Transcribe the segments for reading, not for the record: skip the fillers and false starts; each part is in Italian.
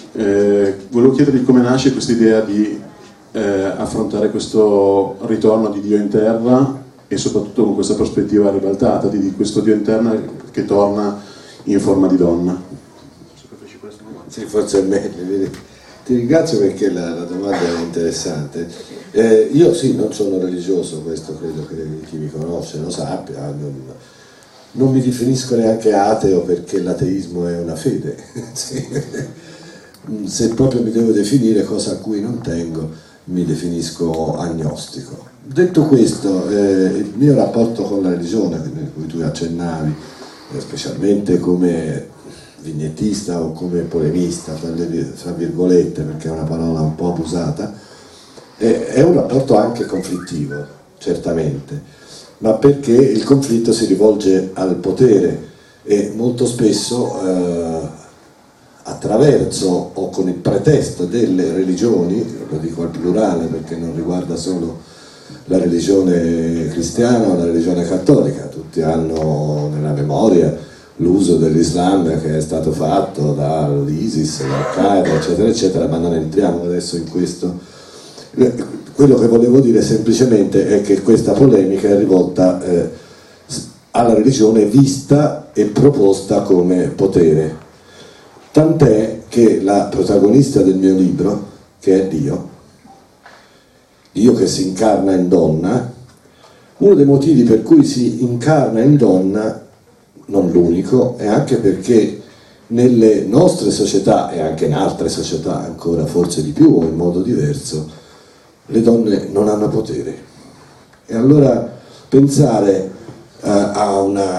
Volevo chiedergli come nasce questa idea di affrontare questo ritorno di Dio in terra e soprattutto con questa prospettiva ribaltata di questo Dio in terra che torna in forma di donna. Sì, forse è meglio. Ti ringrazio perché la domanda è interessante. Io sì, non sono religioso, questo credo che chi mi conosce lo sappia, non mi definisco neanche ateo perché l'ateismo è una fede. Sì. Se proprio mi devo definire, cosa a cui non tengo, mi definisco agnostico. Detto questo, il mio rapporto con la religione, a cui tu accennavi, specialmente come vignettista o come polemista, tra virgolette, perché è una parola un po' abusata, è un rapporto anche conflittivo, certamente, ma perché il conflitto si rivolge al potere e molto spesso attraverso o con il pretesto delle religioni, lo dico al plurale perché non riguarda solo la religione cristiana o la religione cattolica, tutti hanno nella memoria l'uso dell'Islam che è stato fatto dall'ISIS, dall'Al-Qaeda, eccetera, eccetera, ma non entriamo adesso in questo. Quello che volevo dire semplicemente è che questa polemica è rivolta alla religione vista e proposta come potere. Tant'è che la protagonista del mio libro, che è Dio che si incarna in donna, uno dei motivi per cui si incarna in donna, non l'unico, è anche perché nelle nostre società e anche in altre società ancora forse di più o in modo diverso, le donne non hanno potere. E allora pensare a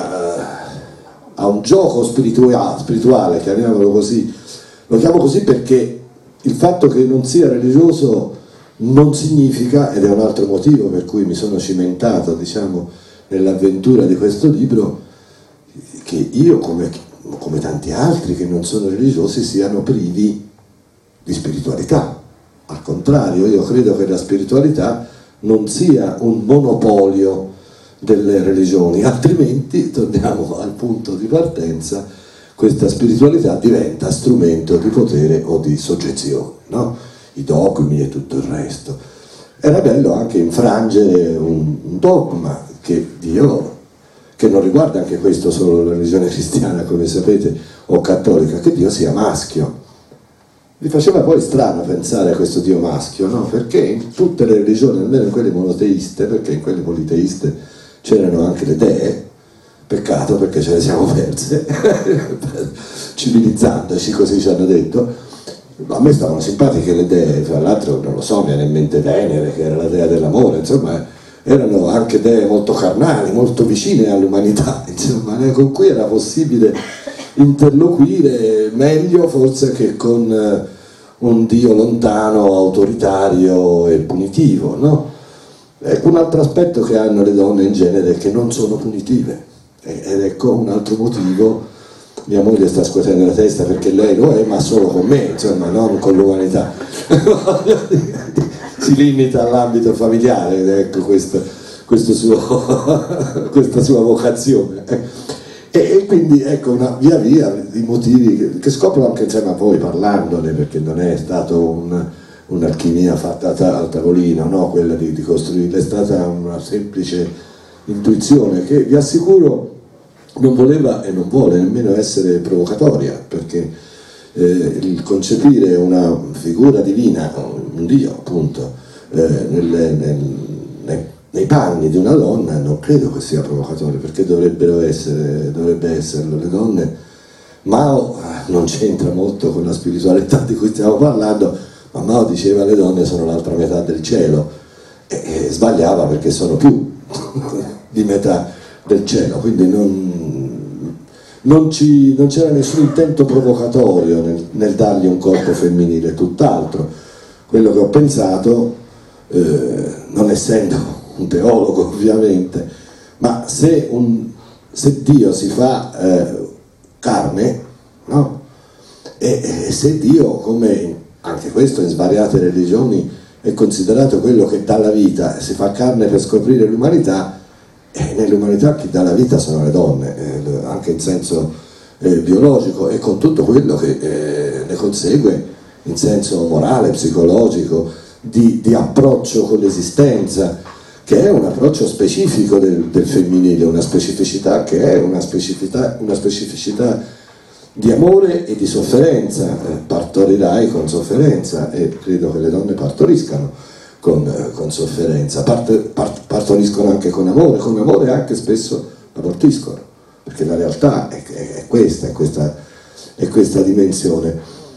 un gioco spirituale, chiamiamolo così, lo chiamo così perché il fatto che non sia religioso non significa, ed è un altro motivo per cui mi sono cimentato, diciamo, nell'avventura di questo libro, che io, come tanti altri che non sono religiosi, siano privi di spiritualità. Al contrario, io credo che la spiritualità non sia un monopolio delle religioni, altrimenti, torniamo al punto di partenza, questa spiritualità diventa strumento di potere o di soggezione, no? I dogmi e tutto il resto. Era bello anche infrangere un dogma che Dio, che non riguarda anche questo solo la religione cristiana, come sapete, o cattolica, che Dio sia maschio. Mi faceva poi strano pensare a questo Dio maschio, no? Perché in tutte le religioni, almeno in quelle monoteiste, perché in quelle politeiste c'erano anche le dee, peccato perché ce le siamo perse, civilizzandoci, così ci hanno detto. A me stavano simpatiche le dee, tra l'altro non lo so, mi viene in mente Venere, che era la dea dell'amore, insomma, erano anche dee molto carnali, molto vicine all'umanità, insomma, con cui era possibile interloquire meglio forse che con un Dio lontano, autoritario e punitivo, no? Ecco, un altro aspetto che hanno le donne in genere è che non sono punitive, ed ecco un altro motivo. Mia moglie sta scuotendo la testa perché lei lo è, ma solo con me, insomma, non con l'umanità. Si limita all'ambito familiare, ed ecco questa sua vocazione. E quindi ecco via via i motivi che scopro anche insieme a voi parlandone, perché non è stato un'alchimia fatta al tavolino, no? Quella di costruirla, è stata una semplice intuizione che vi assicuro non voleva e non vuole nemmeno essere provocatoria, perché il concepire una figura divina, un Dio appunto, nei panni di una donna non credo che sia provocatorio, perché dovrebbe esserlo. Le donne, Mao non c'entra molto con la spiritualità di cui stiamo parlando, ma Mao diceva le donne sono l'altra metà del cielo, e sbagliava perché sono più di metà del cielo, quindi non c'era nessun intento provocatorio nel dargli un corpo femminile, tutt'altro. Quello che ho pensato, non essendo un teologo ovviamente, ma se Dio si fa carne, no? E se Dio, come anche questo in svariate religioni è considerato quello che dà la vita, si fa carne per scoprire l'umanità, e nell'umanità chi dà la vita sono le donne, anche in senso biologico, e con tutto quello che ne consegue in senso morale, psicologico, di approccio con l'esistenza, che è un approccio specifico del femminile, una specificità che è una specificità di amore e di sofferenza. Partorirai con sofferenza, e credo che le donne partoriscano con sofferenza, partoriscono anche con amore anche spesso abortiscono, perché la realtà è questa dimensione.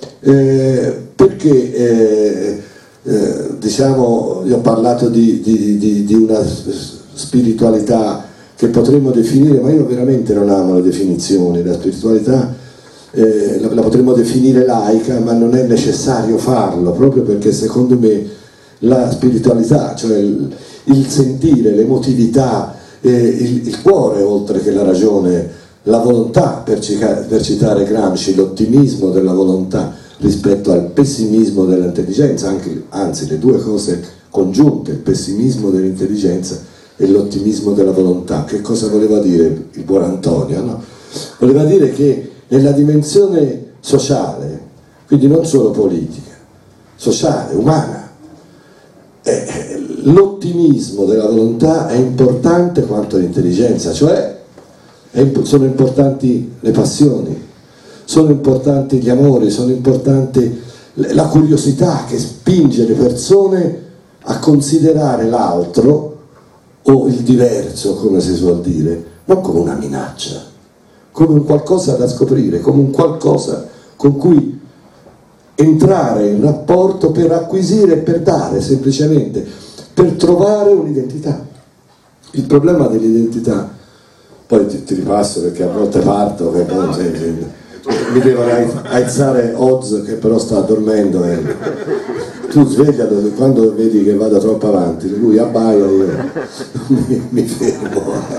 Perché diciamo, io ho parlato di una spiritualità che potremmo definire, ma io veramente non amo le definizioni. La spiritualità la potremmo definire laica, ma non è necessario farlo, proprio perché secondo me la spiritualità, cioè il sentire, l'emotività, il cuore oltre che la ragione, la volontà, per citare Gramsci, l'ottimismo della volontà rispetto al pessimismo dell'intelligenza, anzi le due cose congiunte, il pessimismo dell'intelligenza e l'ottimismo della volontà. Che cosa voleva dire il buon Antonio? No? Voleva dire che nella dimensione sociale, quindi non solo politica, sociale, umana, l'ottimismo della volontà è importante quanto l'intelligenza, cioè sono importanti le passioni, sono importanti gli amori, sono importanti la curiosità che spinge le persone a considerare l'altro o il diverso, come si suol dire, non come una minaccia, come un qualcosa da scoprire, come un qualcosa con cui entrare in rapporto per acquisire e per dare, semplicemente per trovare un'identità. Il problema dell'identità, poi ti ripasso perché a volte parto, che mi devono aizzare Oz che però sta dormendo, tu sveglialo quando vedi che vado troppo avanti, lui abbaia, io mi fermo.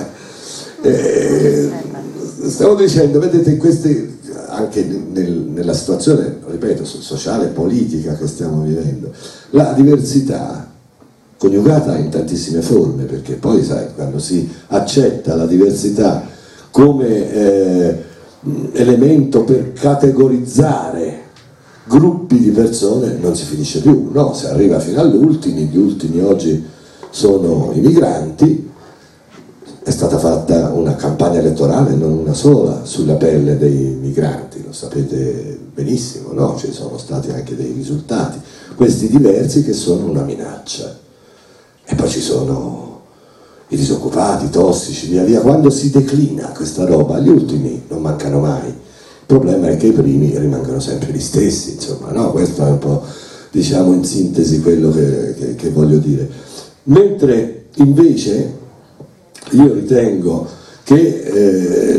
Stavo dicendo, vedete, queste, anche nella situazione, ripeto, sociale e politica che stiamo vivendo, la diversità coniugata in tantissime forme, perché poi sai, quando si accetta la diversità come elemento per categorizzare gruppi di persone non si finisce più, no? Si arriva fino all'ultimo, gli ultimi oggi sono i migranti. È stata fatta una campagna elettorale, non una sola, sulla pelle dei migranti, lo sapete benissimo, no? Ci sono stati anche dei risultati, questi diversi che sono una minaccia. E poi ci sono i disoccupati, i tossici, via via. Quando si declina questa roba, gli ultimi non mancano mai. Il problema è che i primi rimangono sempre gli stessi, insomma, no? Questo è un po', diciamo, in sintesi quello che voglio dire. Mentre invece io ritengo che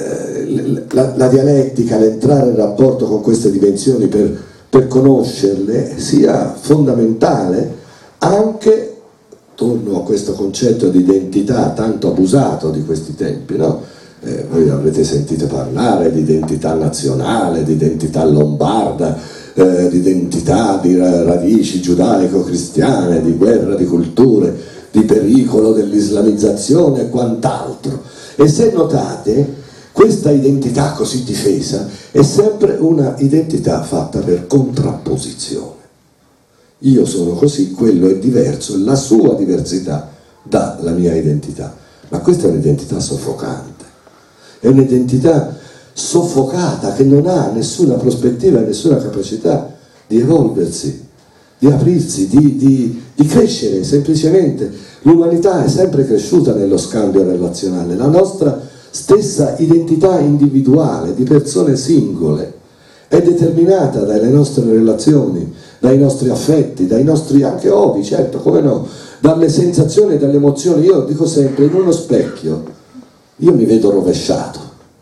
la dialettica, l'entrare in rapporto con queste dimensioni per conoscerle sia fondamentale, anche torno a questo concetto di identità tanto abusato di questi tempi, no? Voi avrete sentito parlare di identità nazionale, di identità lombarda, di identità di radici giudaico-cristiane, di guerra di culture, di pericolo dell'islamizzazione e quant'altro. E se notate, questa identità così difesa è sempre una identità fatta per contrapposizione. Io sono così, quello è diverso, la sua diversità dà la mia identità. Ma questa è un'identità soffocante, è un'identità soffocata che non ha nessuna prospettiva e nessuna capacità di evolversi, di aprirsi, di crescere semplicemente. L'umanità è sempre cresciuta nello scambio relazionale, la nostra stessa identità individuale di persone singole è determinata dalle nostre relazioni, dai nostri affetti, dai nostri anche hobby, certo, come no, dalle sensazioni e dalle emozioni. Io dico sempre, in uno specchio io mi vedo rovesciato.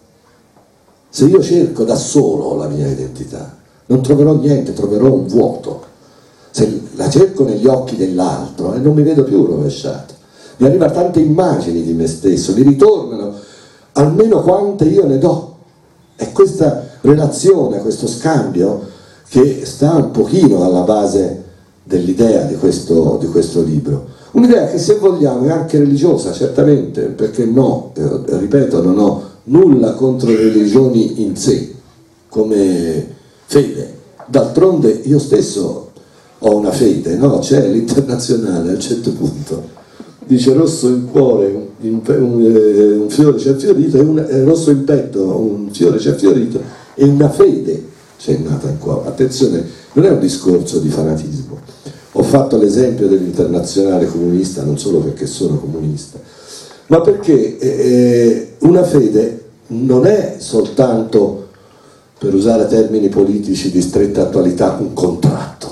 Se io cerco da solo la mia identità non troverò niente, troverò un vuoto. Se la cerco negli occhi dell'altro non mi vedo più rovesciato, mi arrivano tante immagini di me stesso, mi ritornano almeno quante io ne do. È questa relazione, questo scambio che sta un pochino alla base dell'idea di questo libro. Un'idea che, se vogliamo, è anche religiosa, certamente, perché no, ripeto, non ho nulla contro le religioni in sé come fede, D'altronde io stesso ho una fede, no? C'è l'Internazionale a un certo punto, dice rosso in cuore, un fiore c'è fiorito, rosso in petto, un fiore c'è fiorito, e una fede c'è nata in cuore. Attenzione, non è un discorso di fanatismo. Ho fatto l'esempio dell'Internazionale comunista non solo perché sono comunista, ma perché una fede non è soltanto, per usare termini politici di stretta attualità, un contratto.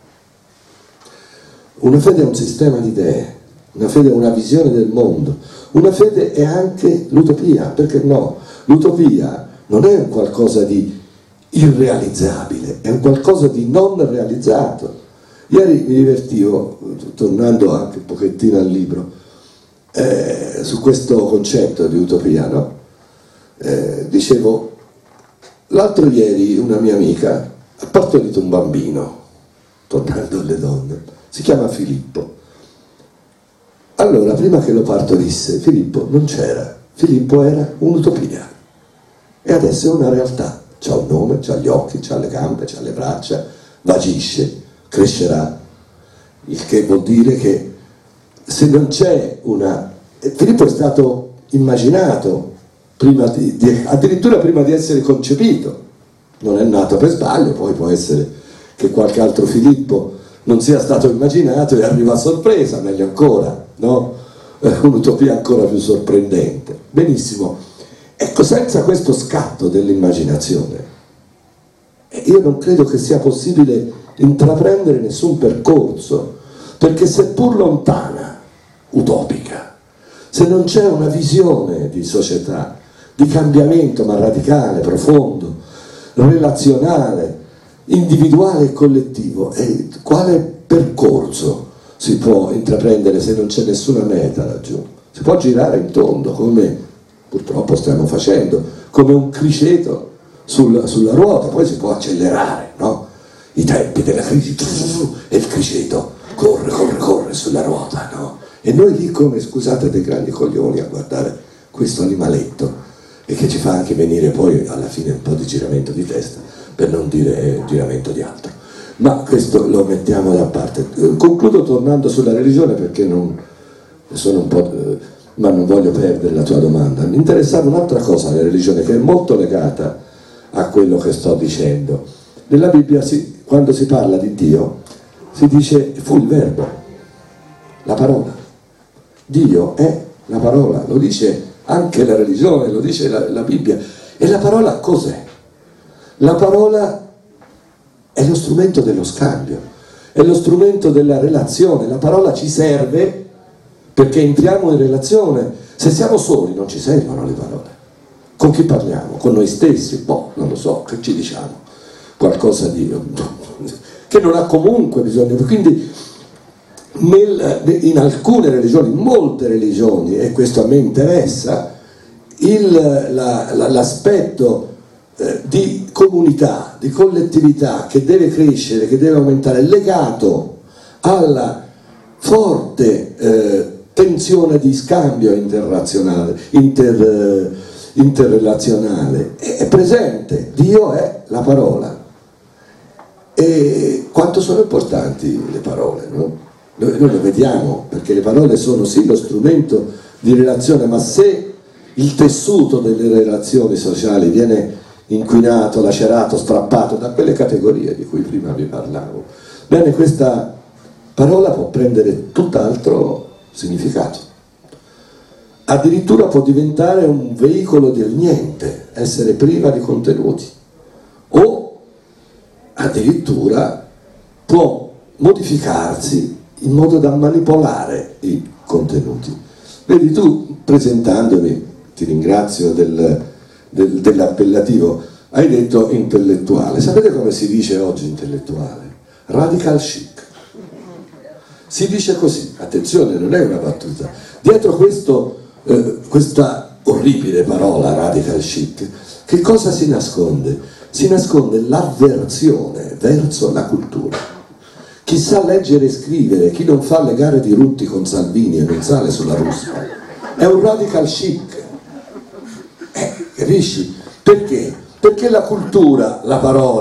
Una fede è un sistema di idee, una fede è una visione del mondo, una fede è anche l'utopia, perché no? L'utopia non è un qualcosa di irrealizzabile, è un qualcosa di non realizzato. Ieri mi divertivo, tornando anche un pochettino al libro, su questo concetto di utopia, no? Dicevo, l'altro ieri una mia amica ha partorito un bambino, tornando alle donne, si chiama Filippo. Allora, prima che lo partorisse, Filippo non c'era, Filippo era un'utopia, e adesso è una realtà, c'ha un nome, c'ha gli occhi, c'ha le gambe, c'ha le braccia, vagisce, crescerà, il che vuol dire che se non c'è una... Filippo è stato immaginato prima addirittura prima di essere concepito, non è nato per sbaglio, poi può essere che qualche altro Filippo non sia stato immaginato e arriva a sorpresa, meglio ancora, no? Un'utopia ancora più sorprendente. Benissimo, ecco, senza questo scatto dell'immaginazione io non credo che sia possibile intraprendere nessun percorso, perché seppur lontana, utopica, se non c'è una visione di società, di cambiamento ma radicale, profondo, relazionale, individuale e collettivo, e quale percorso si può intraprendere se non c'è nessuna meta laggiù? Si può girare in tondo, come purtroppo stiamo facendo, come un criceto sulla ruota, poi si può accelerare, no? I tempi della crisi, e il criceto corre sulla ruota, no? E noi lì come, scusate, dei grandi coglioni a guardare questo animaletto, e che ci fa anche venire poi alla fine un po' di giramento di testa, per non dire giramento di altro. Ma questo lo mettiamo da parte. Concludo tornando sulla religione, perché sono un po'... ma non voglio perdere la tua domanda. Mi interessava un'altra cosa della religione, che è molto legata a quello che sto dicendo. Nella Bibbia, quando si parla di Dio, si dice fu il verbo, la parola. Dio è la parola, lo dice anche la religione, lo dice la Bibbia. E la parola cos'è? La parola è lo strumento dello scambio, è lo strumento della relazione. La parola ci serve perché entriamo in relazione. Se siamo soli non ci servono le parole. Con chi parliamo? Con noi stessi? Boh, non lo so, che ci diciamo? Qualcosa di... che non ha comunque bisogno. Quindi in alcune religioni, in molte religioni, e questo a me interessa, l'aspetto di comunità, di collettività che deve crescere, che deve aumentare, legato alla forte tensione di scambio interrelazionale, è presente. Dio è la parola. E quanto sono importanti le parole, no? Noi lo vediamo, perché le parole sono sì lo strumento di relazione, ma se il tessuto delle relazioni sociali viene inquinato, lacerato, strappato da quelle categorie di cui prima vi parlavo, bene, questa parola può prendere tutt'altro significato. Addirittura può diventare un veicolo del niente, essere priva di contenuti, o addirittura può modificarsi in modo da manipolare i contenuti. Vedi, tu presentandomi, ti ringrazio dell'appellativo, hai detto intellettuale. Sapete come si dice oggi intellettuale? Radical chic. Si dice così, attenzione, non è una battuta. Dietro questa orribile parola radical chic, che cosa si nasconde? Si nasconde l'avversione verso la cultura. Chi sa leggere e scrivere, chi non fa le gare di Rutti con Salvini e non sale sulla ruspa, è un radical chic. Capisci? Perché? Perché la cultura, la parola,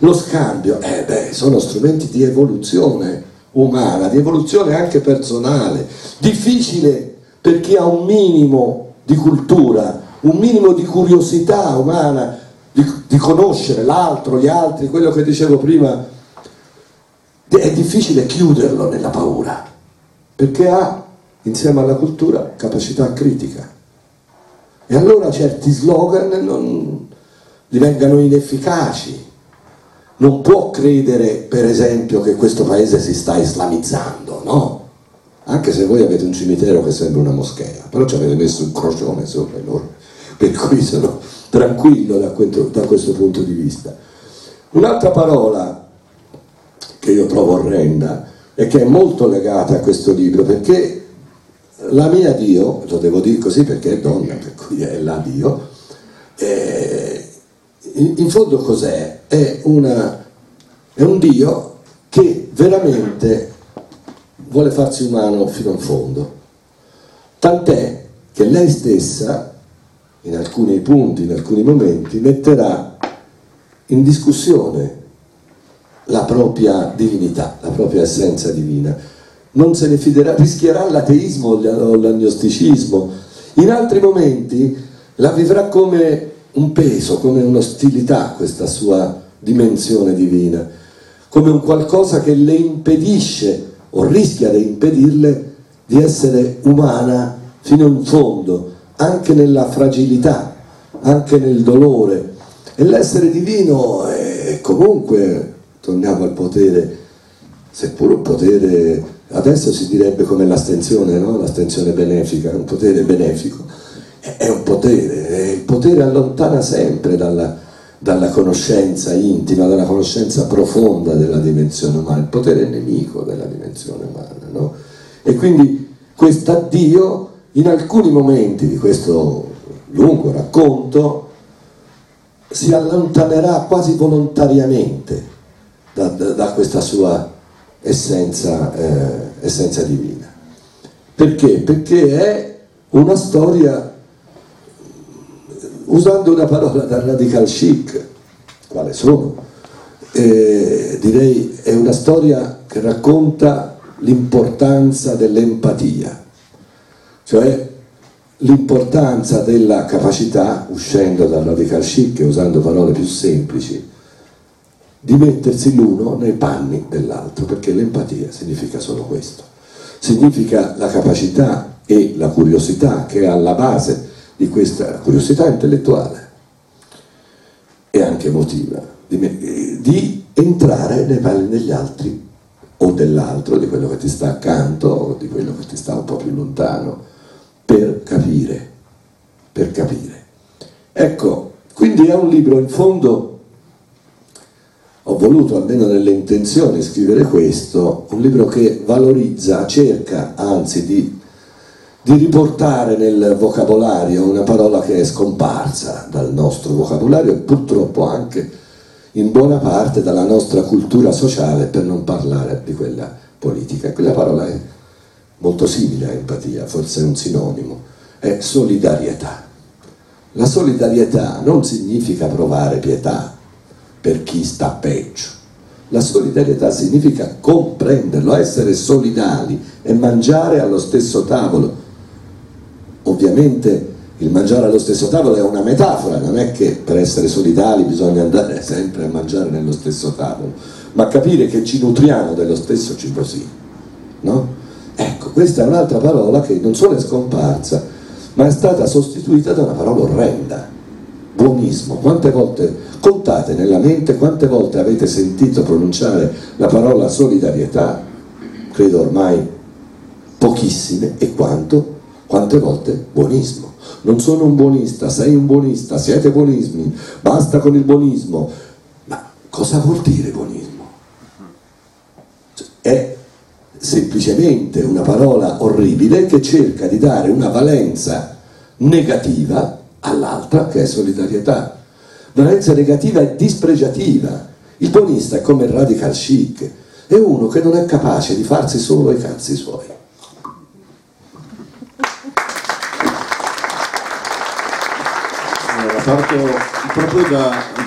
lo scambio, sono strumenti di evoluzione umana, di evoluzione anche personale, difficile per chi ha un minimo di cultura, un minimo di curiosità umana, di conoscere l'altro, gli altri, quello che dicevo prima, è difficile chiuderlo nella paura, perché ha, insieme alla cultura, capacità critica. E allora certi slogan non divengano inefficaci. Non può credere, per esempio, che questo paese si sta islamizzando, no? Anche se voi avete un cimitero che sembra una moschea, però ci avete messo un crocione sopra enorme, per cui sono tranquillo da questo punto di vista. Un'altra parola che io trovo orrenda e che è molto legata a questo libro, perché la mia Dio, lo devo dire così perché è donna, per cui è la Dio, in fondo cos'è? È un Dio che veramente vuole farsi umano fino in fondo, tant'è che lei stessa in alcuni punti, in alcuni momenti, metterà in discussione la propria divinità, la propria essenza divina, non se ne fiderà, rischierà l'ateismo o l'agnosticismo. In altri momenti la vivrà come un peso, come un'ostilità, questa sua dimensione divina, come un qualcosa che le impedisce o rischia di impedirle di essere umana fino in fondo, anche nella fragilità, anche nel dolore. E l'essere divino è comunque, torniamo al potere, seppur un potere, adesso si direbbe come l'astensione, no? L'astensione benefica, un potere benefico, è un potere, e il potere allontana sempre dalla conoscenza intima, dalla conoscenza profonda della dimensione umana. Il potere è nemico della dimensione umana, no? E quindi quest'addio in alcuni momenti di questo lungo racconto si allontanerà quasi volontariamente da questa sua essenza divina. Perché? Perché è una storia, usando una parola da radical chic, quale sono, direi è una storia che racconta l'importanza dell'empatia, cioè l'importanza della capacità, uscendo dal radical chic e usando parole più semplici, di mettersi l'uno nei panni dell'altro, perché l'empatia significa solo questo, significa la capacità e la curiosità che è alla base di questa curiosità intellettuale e anche emotiva, di entrare nei panni degli altri o dell'altro, di quello che ti sta accanto o di quello che ti sta un po' più lontano, per capire. Ecco, quindi è un libro, in fondo ho voluto, almeno nelle intenzioni, scrivere questo, un libro che valorizza, cerca anzi di riportare nel vocabolario una parola che è scomparsa dal nostro vocabolario e purtroppo anche in buona parte dalla nostra cultura sociale, per non parlare di quella politica. Quella parola è molto simile a empatia, forse è un sinonimo, è solidarietà. La solidarietà non significa provare pietà per chi sta peggio. La solidarietà significa comprenderlo, essere solidali e mangiare allo stesso tavolo. Ovviamente il mangiare allo stesso tavolo è una metafora, non è che per essere solidali bisogna andare sempre a mangiare nello stesso tavolo, ma capire che ci nutriamo dello stesso cibo, sì, no? Ecco, questa è un'altra parola che non solo è scomparsa, ma è stata sostituita da una parola orrenda: buonismo. Quante volte, contate nella mente, quante volte avete sentito pronunciare la parola solidarietà? Credo ormai pochissime. E quante volte buonismo. Non sono un buonista, sei un buonista, siete buonismi, basta con il buonismo. Ma cosa vuol dire buonismo? È semplicemente una parola orribile che cerca di dare una valenza negativa all'altra, che è solidarietà. Valenza negativa e dispregiativa. Il buonista è come il radical chic, è uno che non è capace di farsi solo i cazzi suoi. parto proprio da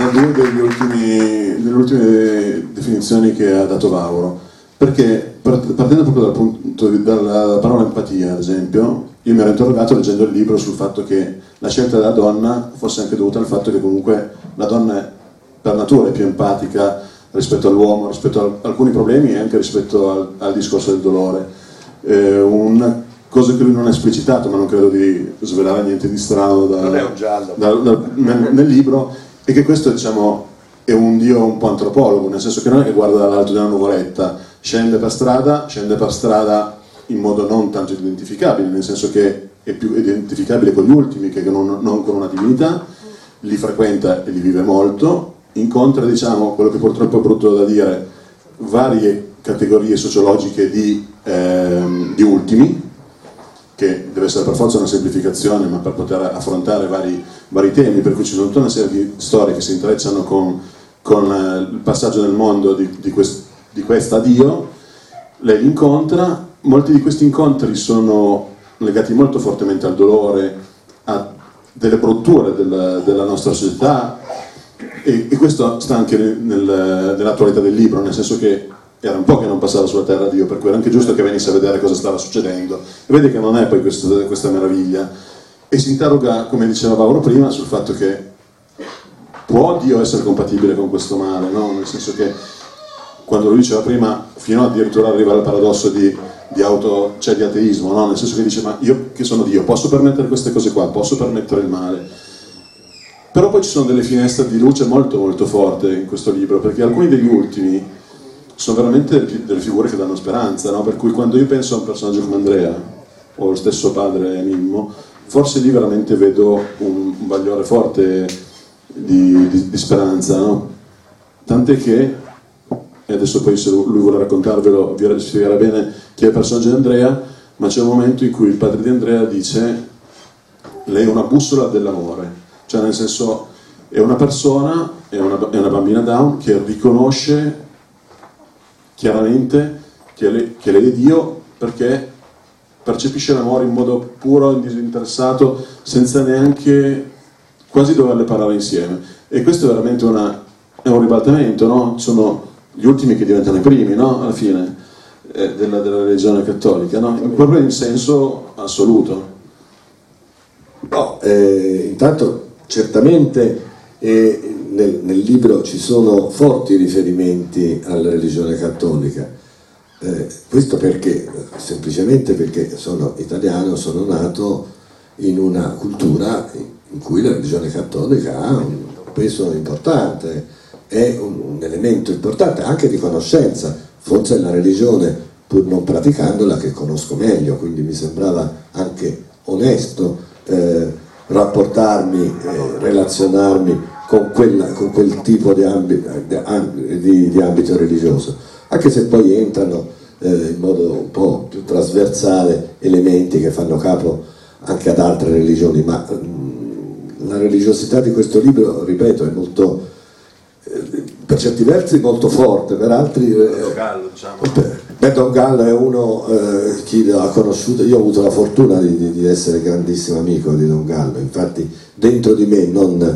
delle ultime definizioni che ha dato Vauro, perché partendo proprio dalla parola empatia, ad esempio, io mi ero interrogato leggendo il libro sul fatto che la scelta della donna fosse anche dovuta al fatto che comunque la donna per natura è più empatica rispetto all'uomo, rispetto a alcuni problemi e anche rispetto al discorso del dolore. Una cosa che lui non ha esplicitato, ma non credo di svelare niente di strano non è un giallo. nel libro, è che questo, diciamo, è un dio un po' antropologo, nel senso che non è che guarda dall'alto di una nuvoletta, scende per strada in modo non tanto identificabile, nel senso che è più identificabile con gli ultimi che non con una divinità, li frequenta e li vive molto, incontra, diciamo, quello che purtroppo è brutto da dire, varie categorie sociologiche di ultimi, che deve essere per forza una semplificazione, ma per poter affrontare vari temi, per cui ci sono tutta una serie di storie che si intrecciano con il passaggio nel mondo di questa Dio. Lei li incontra, molti di questi incontri sono legati molto fortemente al dolore, a delle brutture della nostra società, e questo sta anche nell'attualità del libro, nel senso che era un po' che non passava sulla terra Dio, per cui era anche giusto che venisse a vedere cosa stava succedendo, e vede che non è poi questa meraviglia, e si interroga, come diceva Paolo prima, sul fatto che può Dio essere compatibile con questo male, no? Nel senso che, quando lui diceva prima, fino addirittura arriva al paradosso di ateismo, no? Nel senso che dice, ma io che sono Dio, posso permettere queste cose qua, posso permettere il male? Però poi ci sono delle finestre di luce molto molto forti in questo libro, perché alcuni degli ultimi sono veramente delle figure che danno speranza, no? Per cui quando io penso a un personaggio come Andrea, o lo stesso padre Mimmo, forse lì veramente vedo un bagliore forte di speranza, no? Tant'è che, e adesso poi se lui vuole raccontarvelo vi spiegherà bene chi è il personaggio di Andrea, ma c'è un momento in cui il padre di Andrea dice: lei è una bussola dell'amore, cioè nel senso è una persona, è una bambina Down che riconosce chiaramente che lei è Dio, perché percepisce l'amore in modo puro, disinteressato, senza neanche quasi doverle parlare insieme, e questo è veramente è un ribaltamento, no? Sono gli ultimi che diventano i primi, no? Alla fine della religione cattolica, no? Proprio in senso assoluto. No, intanto certamente nel libro ci sono forti riferimenti alla religione cattolica, questo perché? Semplicemente perché sono italiano, sono nato in una cultura in cui la religione cattolica ha un peso importante, è un elemento importante anche di conoscenza, forse è la religione, pur non praticandola, che conosco meglio, quindi mi sembrava anche onesto rapportarmi, relazionarmi con quel tipo di ambito religioso, anche se poi entrano in modo un po' più trasversale elementi che fanno capo anche ad altre religioni, ma la religiosità di questo libro, ripeto, è molto, per certi versi molto forte, per altri Don Gallo, diciamo. Don Gallo è uno, chi lo ha conosciuto, io ho avuto la fortuna di essere grandissimo amico di Don Gallo, infatti dentro di me,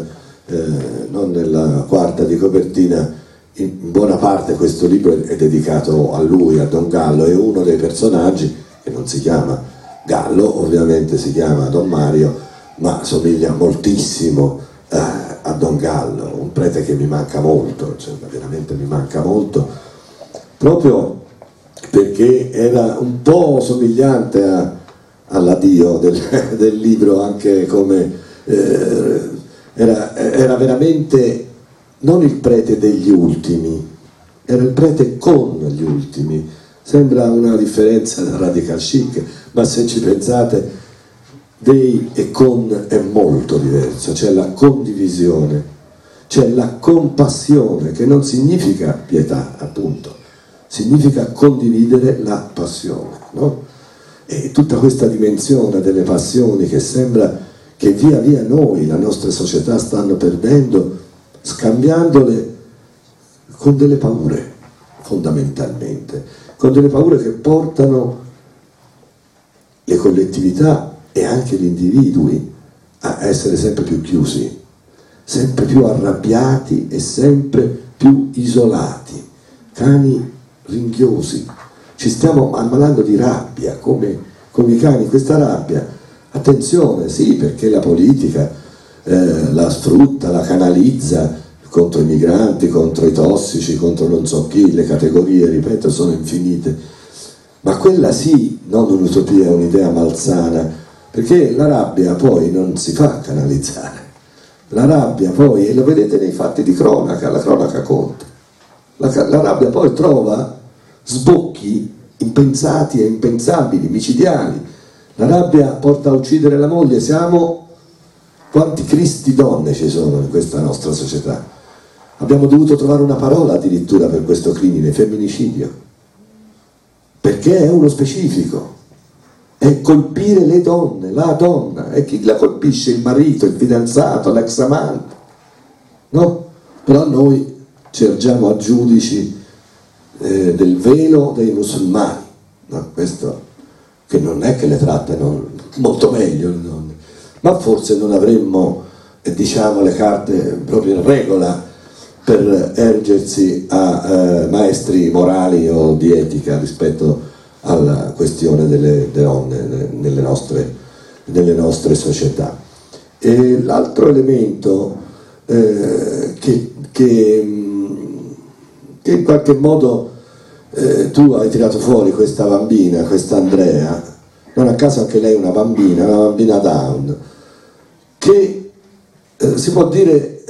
non nella quarta di copertina, in buona parte questo libro è dedicato a lui, a Don Gallo, è uno dei personaggi che non si chiama Gallo, ovviamente si chiama Don Mario, ma somiglia moltissimo a Don Gallo, un prete che mi manca molto, cioè veramente mi manca molto, proprio perché era un po' somigliante alla Dio del libro, anche come era veramente non il prete degli ultimi, era il prete con gli ultimi. Sembra una differenza da radical chic, ma se ci pensate, dei e con è molto diverso, c'è la condivisione, c'è la compassione, che non significa pietà, appunto, significa condividere la passione, no? E tutta questa dimensione delle passioni che sembra che via via noi, la nostra società, stanno perdendo, scambiandole con delle paure, fondamentalmente, con delle paure che portano le collettività e anche gli individui a essere sempre più chiusi, sempre più arrabbiati e sempre più isolati, cani ringhiosi. Ci stiamo ammalando di rabbia come i cani. Questa rabbia, attenzione, sì, perché la politica la sfrutta, la canalizza contro i migranti, contro i tossici, contro non so chi, le categorie, ripeto, sono infinite, ma quella sì, non un'utopia, è un'idea malsana, perché la rabbia poi non si fa canalizzare, la rabbia poi, e lo vedete nei fatti di cronaca, la cronaca conta, la rabbia poi trova sbocchi impensati e impensabili, micidiali. La rabbia porta a uccidere la moglie. Quanti cristi donne ci sono in questa nostra società? Abbiamo dovuto trovare una parola addirittura per questo crimine, femminicidio, perché è uno specifico, è colpire le donne, la donna, e chi la colpisce? Il marito, il fidanzato, l'ex amante, no? Però noi ci ergiamo a giudici del velo dei musulmani, no? Questo, che non è che le trattano molto meglio le donne, ma forse non avremmo, diciamo, le carte proprio in regola per ergersi a maestri morali o di etica rispetto alla questione delle donne nelle nostre società. E l'altro elemento che in qualche modo tu hai tirato fuori, questa bambina, questa Andrea, non a caso anche lei è una bambina Down, che si può dire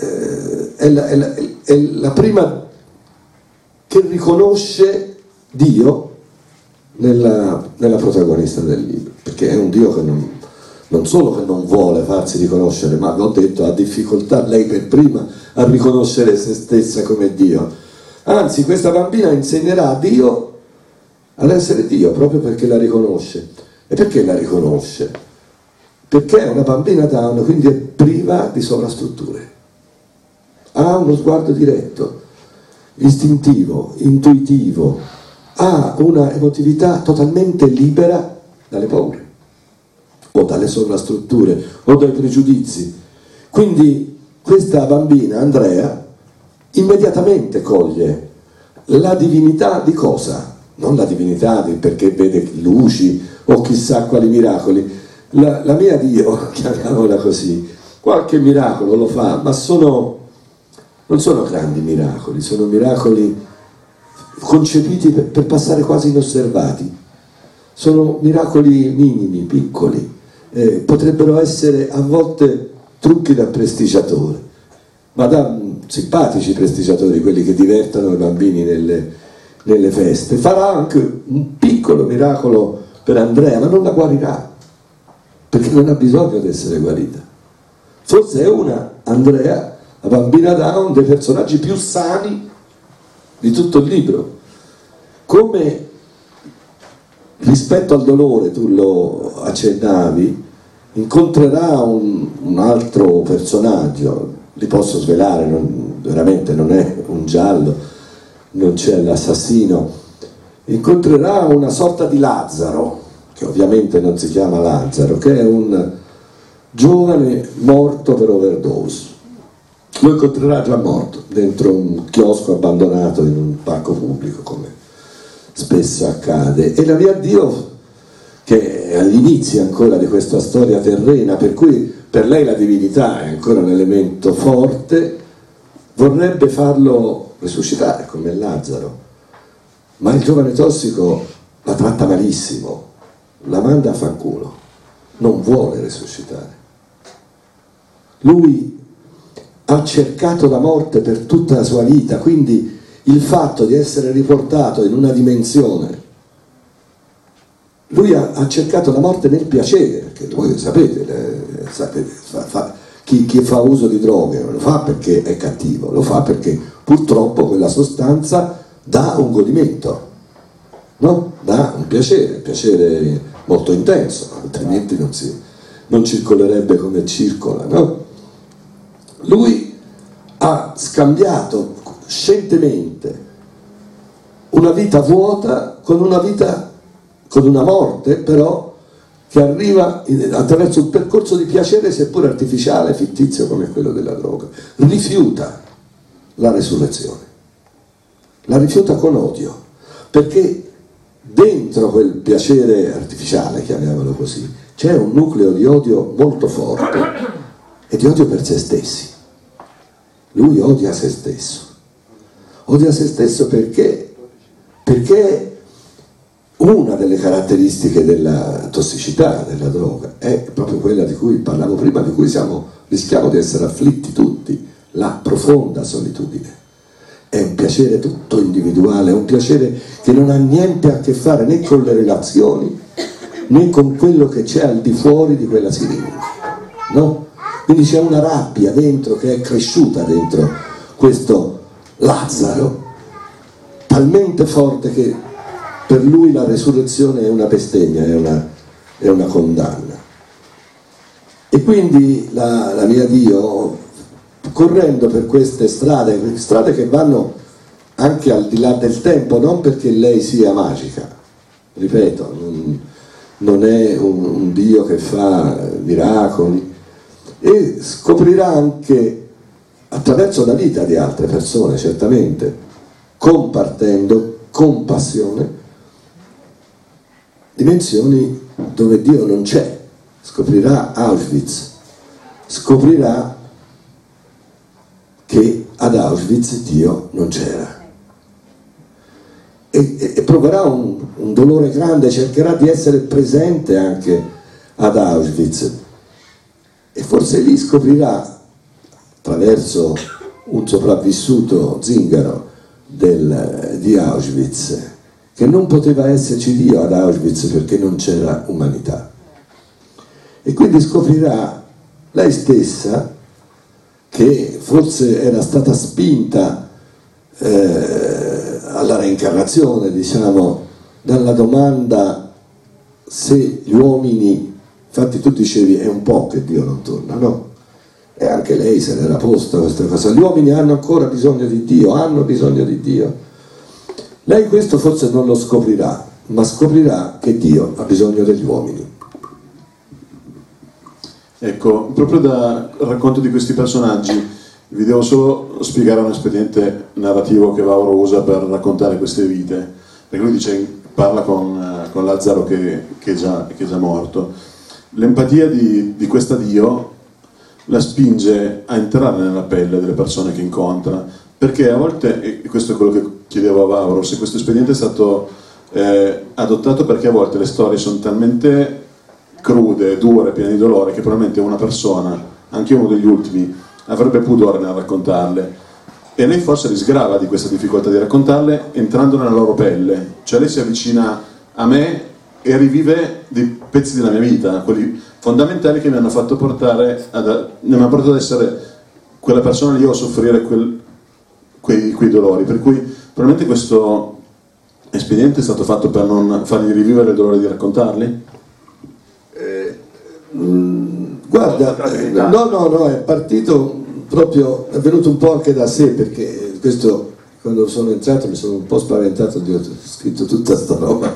è la prima che riconosce Dio nella protagonista del libro, perché è un Dio che non solo che non vuole farsi riconoscere, ma l'ho detto, ha difficoltà lei per prima a riconoscere se stessa come Dio. Anzi, questa bambina insegnerà a Dio ad essere Dio proprio perché la riconosce. E perché la riconosce? Perché è una bambina Down, quindi è priva di sovrastrutture, ha uno sguardo diretto, istintivo, intuitivo, ha una emotività totalmente libera dalle paure o dalle sovrastrutture o dai pregiudizi. Quindi questa bambina Andrea immediatamente coglie la divinità di cosa? Non la divinità perché vede luci o chissà quali miracoli. La mia Dio, chiamiamola così, qualche miracolo lo fa, ma non sono grandi miracoli, sono miracoli concepiti per passare quasi inosservati. Sono miracoli minimi, piccoli, potrebbero essere a volte trucchi da prestigiatore, ma da simpatici prestigiatori, quelli che divertono i bambini nelle feste. Farà anche un piccolo miracolo per Andrea, ma non la guarirà, perché non ha bisogno di essere guarita. Forse è una Andrea, la bambina Down, dei personaggi più sani di tutto il libro. Come rispetto al dolore, tu lo accennavi, incontrerà un altro personaggio, li posso svelare, veramente non è un giallo, non c'è l'assassino, incontrerà una sorta di Lazzaro, che ovviamente non si chiama Lazzaro, che è un giovane morto per overdose. Lo incontrerà già morto dentro un chiosco abbandonato in un parco pubblico, come spesso accade, e la via Dio, che è agli inizi ancora di questa storia terrena, per cui per lei la divinità è ancora un elemento forte, vorrebbe farlo risuscitare come Lazzaro, ma il giovane tossico la tratta malissimo, la manda a fanculo, non vuole risuscitare. Lui ha cercato la morte per tutta la sua vita, quindi il fatto di essere riportato in una dimensione, lui ha cercato la morte nel piacere, perché voi sapete chi fa uso di droghe non lo fa perché è cattivo, lo fa perché purtroppo quella sostanza dà un godimento, no? Dà un piacere molto intenso, altrimenti non circolerebbe come circola, no? Lui ha scambiato scientemente una vita vuota con una morte però che arriva attraverso un percorso di piacere seppur artificiale, fittizio come quello della droga, rifiuta la resurrezione, la rifiuta con odio, perché dentro quel piacere artificiale, chiamiamolo così, c'è un nucleo di odio molto forte e di odio per se stessi. Lui odia se stesso perché una delle caratteristiche della tossicità della droga è proprio quella di cui parlavo prima, di cui rischiamo di essere afflitti tutti, la profonda solitudine. È un piacere tutto individuale, è un piacere che non ha niente a che fare né con le relazioni né con quello che c'è al di fuori di quella siringa, no? Quindi c'è una rabbia dentro che è cresciuta dentro questo Lazzaro, talmente forte che per lui la resurrezione è una bestemmia, è una condanna. E quindi la mia Dio, correndo per queste strade che vanno anche al di là del tempo, non perché lei sia magica, ripeto, non è un Dio che fa miracoli, e scoprirà anche attraverso la vita di altre persone, certamente, compartendo con passione dimensioni dove Dio non c'è. Scoprirà Auschwitz, scoprirà che ad Auschwitz Dio non c'era e proverà un dolore grande, cercherà di essere presente anche ad Auschwitz e forse lì scoprirà, attraverso un sopravvissuto zingaro di Auschwitz, che non poteva esserci Dio ad Auschwitz perché non c'era umanità. E quindi scoprirà lei stessa che forse era stata spinta alla reincarnazione, diciamo, dalla domanda se gli uomini, infatti tu dicevi è un po' che Dio non torna, no? E anche lei se l'era posta questa cosa, gli uomini hanno ancora bisogno di Dio, hanno bisogno di Dio. Lei questo forse non lo scoprirà, ma scoprirà che Dio ha bisogno degli uomini. Ecco, proprio dal racconto di questi personaggi vi devo solo spiegare un espediente narrativo che Vauro usa per raccontare queste vite, perché lui parla con Lazzaro che è già morto. L'empatia di questa Dio la spinge a entrare nella pelle delle persone che incontra, perché a volte, e questo è quello che chiedevo a Vauro, se questo espediente è stato adottato perché a volte le storie sono talmente crude, dure, piene di dolore, che probabilmente una persona, anche uno degli ultimi, avrebbe pudore nel raccontarle, e lei forse risgrava di questa difficoltà di raccontarle entrando nella loro pelle, cioè lei si avvicina a me e rivive dei pezzi della mia vita, quelli fondamentali che mi hanno fatto portare ad essere quella persona lì o a soffrire quei dolori, per cui probabilmente questo espediente è stato fatto per non fargli rivivere il dolore di raccontarli? Guarda, no, è partito proprio, è venuto un po' anche da sé, perché questo, quando sono entrato mi sono un po' spaventato, ho scritto tutta sta roba.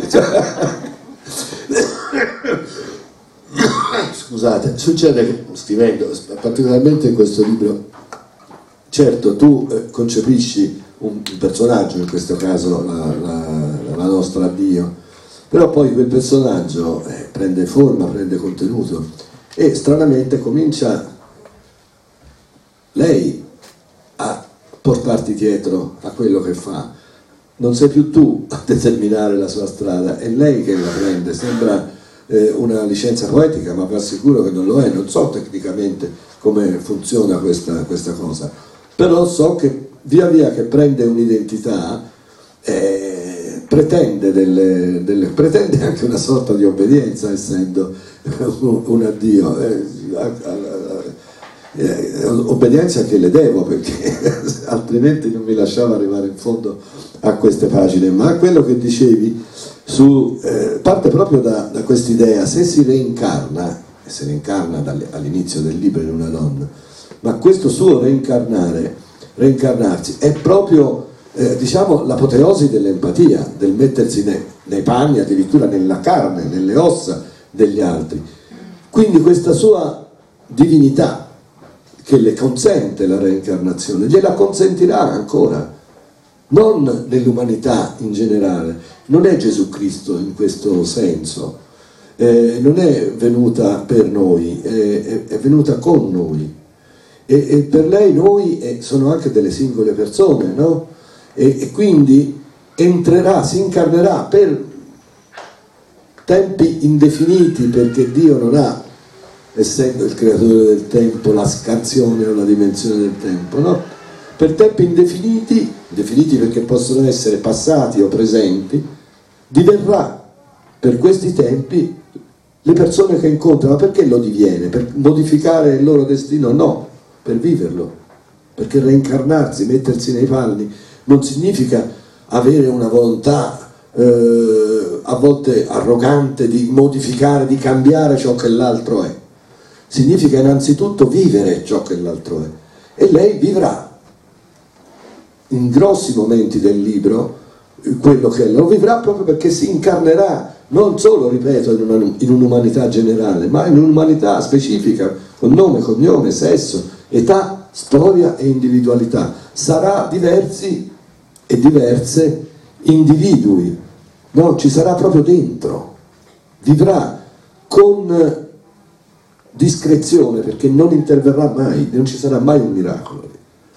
Scusate, succede che scrivendo, particolarmente in questo libro, certo tu concepisci un personaggio, in questo caso la nostra Dio, però poi quel personaggio prende forma, prende contenuto e stranamente comincia lei a portarti dietro a quello che fa. Non sei più tu a determinare la sua strada, è lei che la prende. Sembra una licenza poetica, ma vi assicuro che non lo è. Non so tecnicamente come funziona questa cosa, però so che via via che prende un'identità pretende anche una sorta di obbedienza, essendo un addio, obbedienza che le devo, perché altrimenti non mi lasciava arrivare in fondo a queste pagine. Ma quello che dicevi parte proprio da quest'idea: se si reincarna, e si reincarna all'inizio del libro in una donna, ma questo suo reincarnarsi è proprio diciamo l'apoteosi dell'empatia, del mettersi nei panni, addirittura nella carne, nelle ossa degli altri. Quindi questa sua divinità che le consente la reincarnazione, gliela consentirà ancora, non nell'umanità in generale. Non è Gesù Cristo in questo senso, non è venuta per noi, è venuta con noi, e per lei noi sono anche delle singole persone, no? E quindi entrerà, si incarnerà per tempi indefiniti, perché Dio non ha, essendo il creatore del tempo, la scansione o la dimensione del tempo, no? Per tempi indefiniti, definiti perché possono essere passati o presenti, diverrà per questi tempi le persone che incontra. Ma perché lo diviene? Per modificare il loro destino? No, per viverlo, perché reincarnarsi, mettersi nei panni, non significa avere una volontà a volte arrogante di modificare, di cambiare ciò che l'altro è. Significa innanzitutto vivere ciò che l'altro è, e lei vivrà in grossi momenti del libro quello che lo vivrà, proprio perché si incarnerà non solo, ripeto, in un'umanità generale, ma in un'umanità specifica, con nome, cognome, sesso, età, storia e individualità. Sarà diversi e diverse individui, no? Ci sarà proprio dentro, vivrà con discrezione, perché non interverrà mai, non ci sarà mai un miracolo,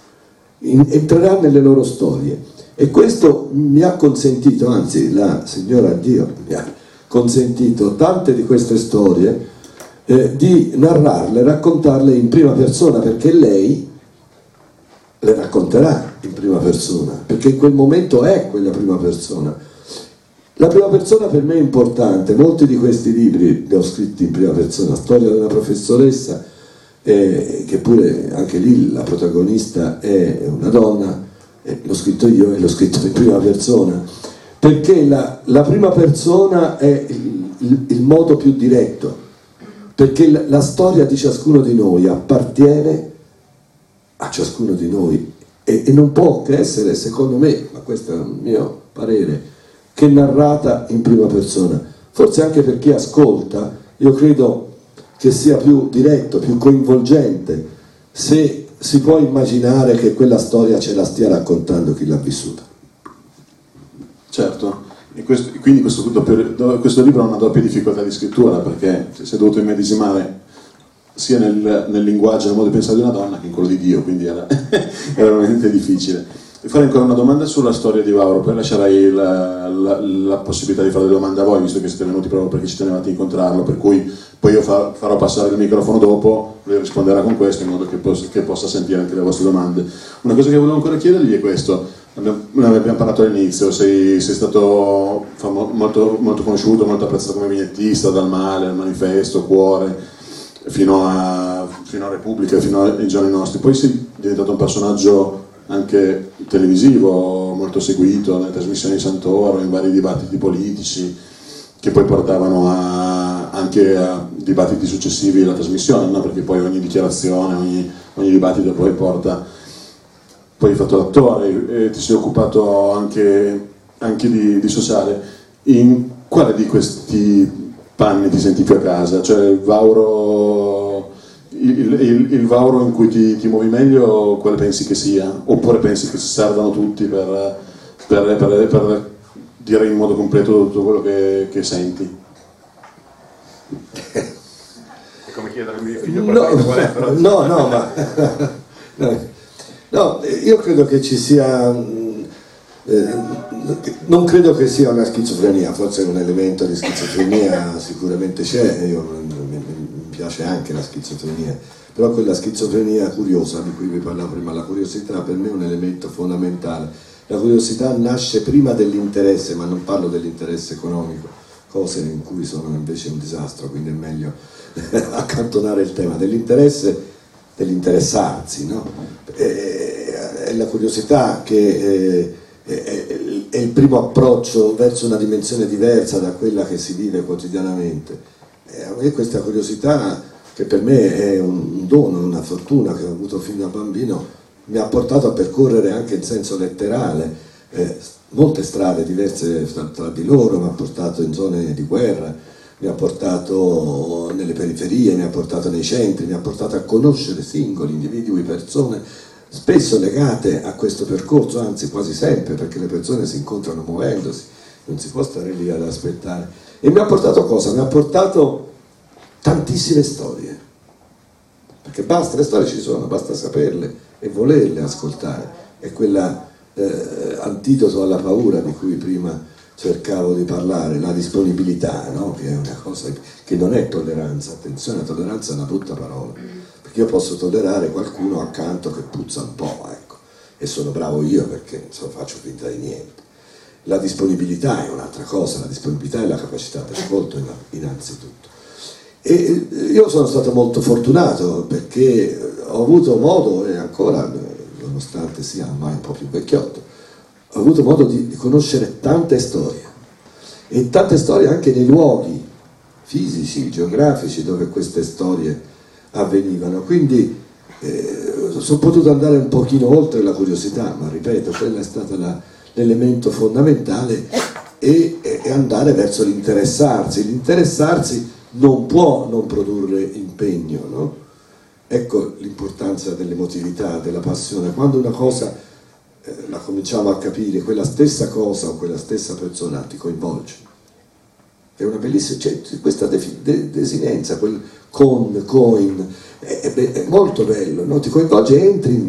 entrerà nelle loro storie. E questo mi ha consentito, anzi la signora Dio mi ha consentito tante di queste storie di narrarle, raccontarle in prima persona, perché lei le racconterà in prima persona, perché in quel momento è quella prima persona. La prima persona per me è importante. Molti di questi libri li ho scritti in prima persona. Storia della professoressa, che pure anche lì la protagonista è una donna, l'ho scritto io e l'ho scritto in prima persona, perché la prima persona è il modo più diretto, perché la storia di ciascuno di noi appartiene a ciascuno di noi, e non può che essere, secondo me, ma questo è il mio parere, che narrata in prima persona. Forse anche per chi ascolta, io credo che sia più diretto, più coinvolgente, se si può immaginare che quella storia ce la stia raccontando chi l'ha vissuta. Certo, e quindi questo libro ha una doppia difficoltà di scrittura, perché si è dovuto immedesimare sia nel linguaggio e nel modo di pensare di una donna che in quello di Dio, quindi era veramente difficile. Vi farei ancora una domanda sulla storia di Vauro, poi lascerai la possibilità di fare delle domande a voi, visto che siete venuti proprio perché ci tenevate a incontrarlo, per cui poi io farò passare il microfono dopo, lui risponderà con questo in modo che possa sentire anche le vostre domande. Una cosa che volevo ancora chiedergli è questo: abbiamo parlato all'inizio, sei stato molto, molto conosciuto, molto apprezzato come vignettista, dal Male al Manifesto, Cuore, fino a Repubblica, fino ai giorni nostri. Poi sei diventato un personaggio anche televisivo, molto seguito nelle trasmissioni di Santoro, in vari dibattiti politici che poi portavano anche a dibattiti successivi alla trasmissione, no? Perché poi ogni dichiarazione, ogni dibattito poi porta. Poi hai fatto l'attore e ti sei occupato anche di sociale. In quale di questi panni ti senti più a casa? Cioè il Vauro in cui ti muovi meglio, quale pensi che sia? Oppure pensi che servano tutti per dire in modo completo tutto quello che senti? È come chiedere a mio figlio qual è, però... No, io credo che ci sia, non credo che sia una schizofrenia, forse un elemento di schizofrenia sicuramente c'è, mi piace anche la schizofrenia, però quella schizofrenia curiosa di cui vi parlavo prima, la curiosità per me è un elemento fondamentale. La curiosità nasce prima dell'interesse, ma non parlo dell'interesse economico, cose in cui sono invece un disastro, quindi è meglio accantonare il tema dell'interesse, dell'interessarsi, no? È la curiosità che è il primo approccio verso una dimensione diversa da quella che si vive quotidianamente. E questa curiosità, che per me è un dono, una fortuna che ho avuto fin da bambino, mi ha portato a percorrere anche in senso letterale molte strade diverse tra di loro, mi ha portato in zone di guerra, mi ha portato nelle periferie, mi ha portato nei centri, mi ha portato a conoscere singoli individui, persone, spesso legate a questo percorso, anzi quasi sempre, perché le persone si incontrano muovendosi, non si può stare lì ad aspettare. E mi ha portato cosa? Mi ha portato tantissime storie, perché basta, le storie ci sono, basta saperle e volerle ascoltare. È quella antidoto alla paura di cui prima cercavo di parlare, la disponibilità, no? Che è una cosa che non è tolleranza, attenzione, la tolleranza è una brutta parola, perché io posso tollerare qualcuno accanto che puzza un po', ecco, e sono bravo io perché insomma, faccio finta di niente. La disponibilità è un'altra cosa, la disponibilità è la capacità di ascolto innanzitutto. E io sono stato molto fortunato perché ho avuto modo, e ancora, nonostante sia ormai un po' più vecchiotto, ho avuto modo di conoscere tante storie, e tante storie anche nei luoghi fisici, geografici dove queste storie avvenivano, quindi sono potuto andare un pochino oltre la curiosità, ma ripeto, quella è stata l'elemento fondamentale, e andare verso l'interessarsi. L'interessarsi non può non produrre impegno, no? Ecco l'importanza dell'emotività, della passione. Quando una cosa la cominciamo a capire, quella stessa cosa o quella stessa persona ti coinvolge. È una bellissima, cioè, questa desinenza, quel coin, è molto bello, no? Ti coinvolge,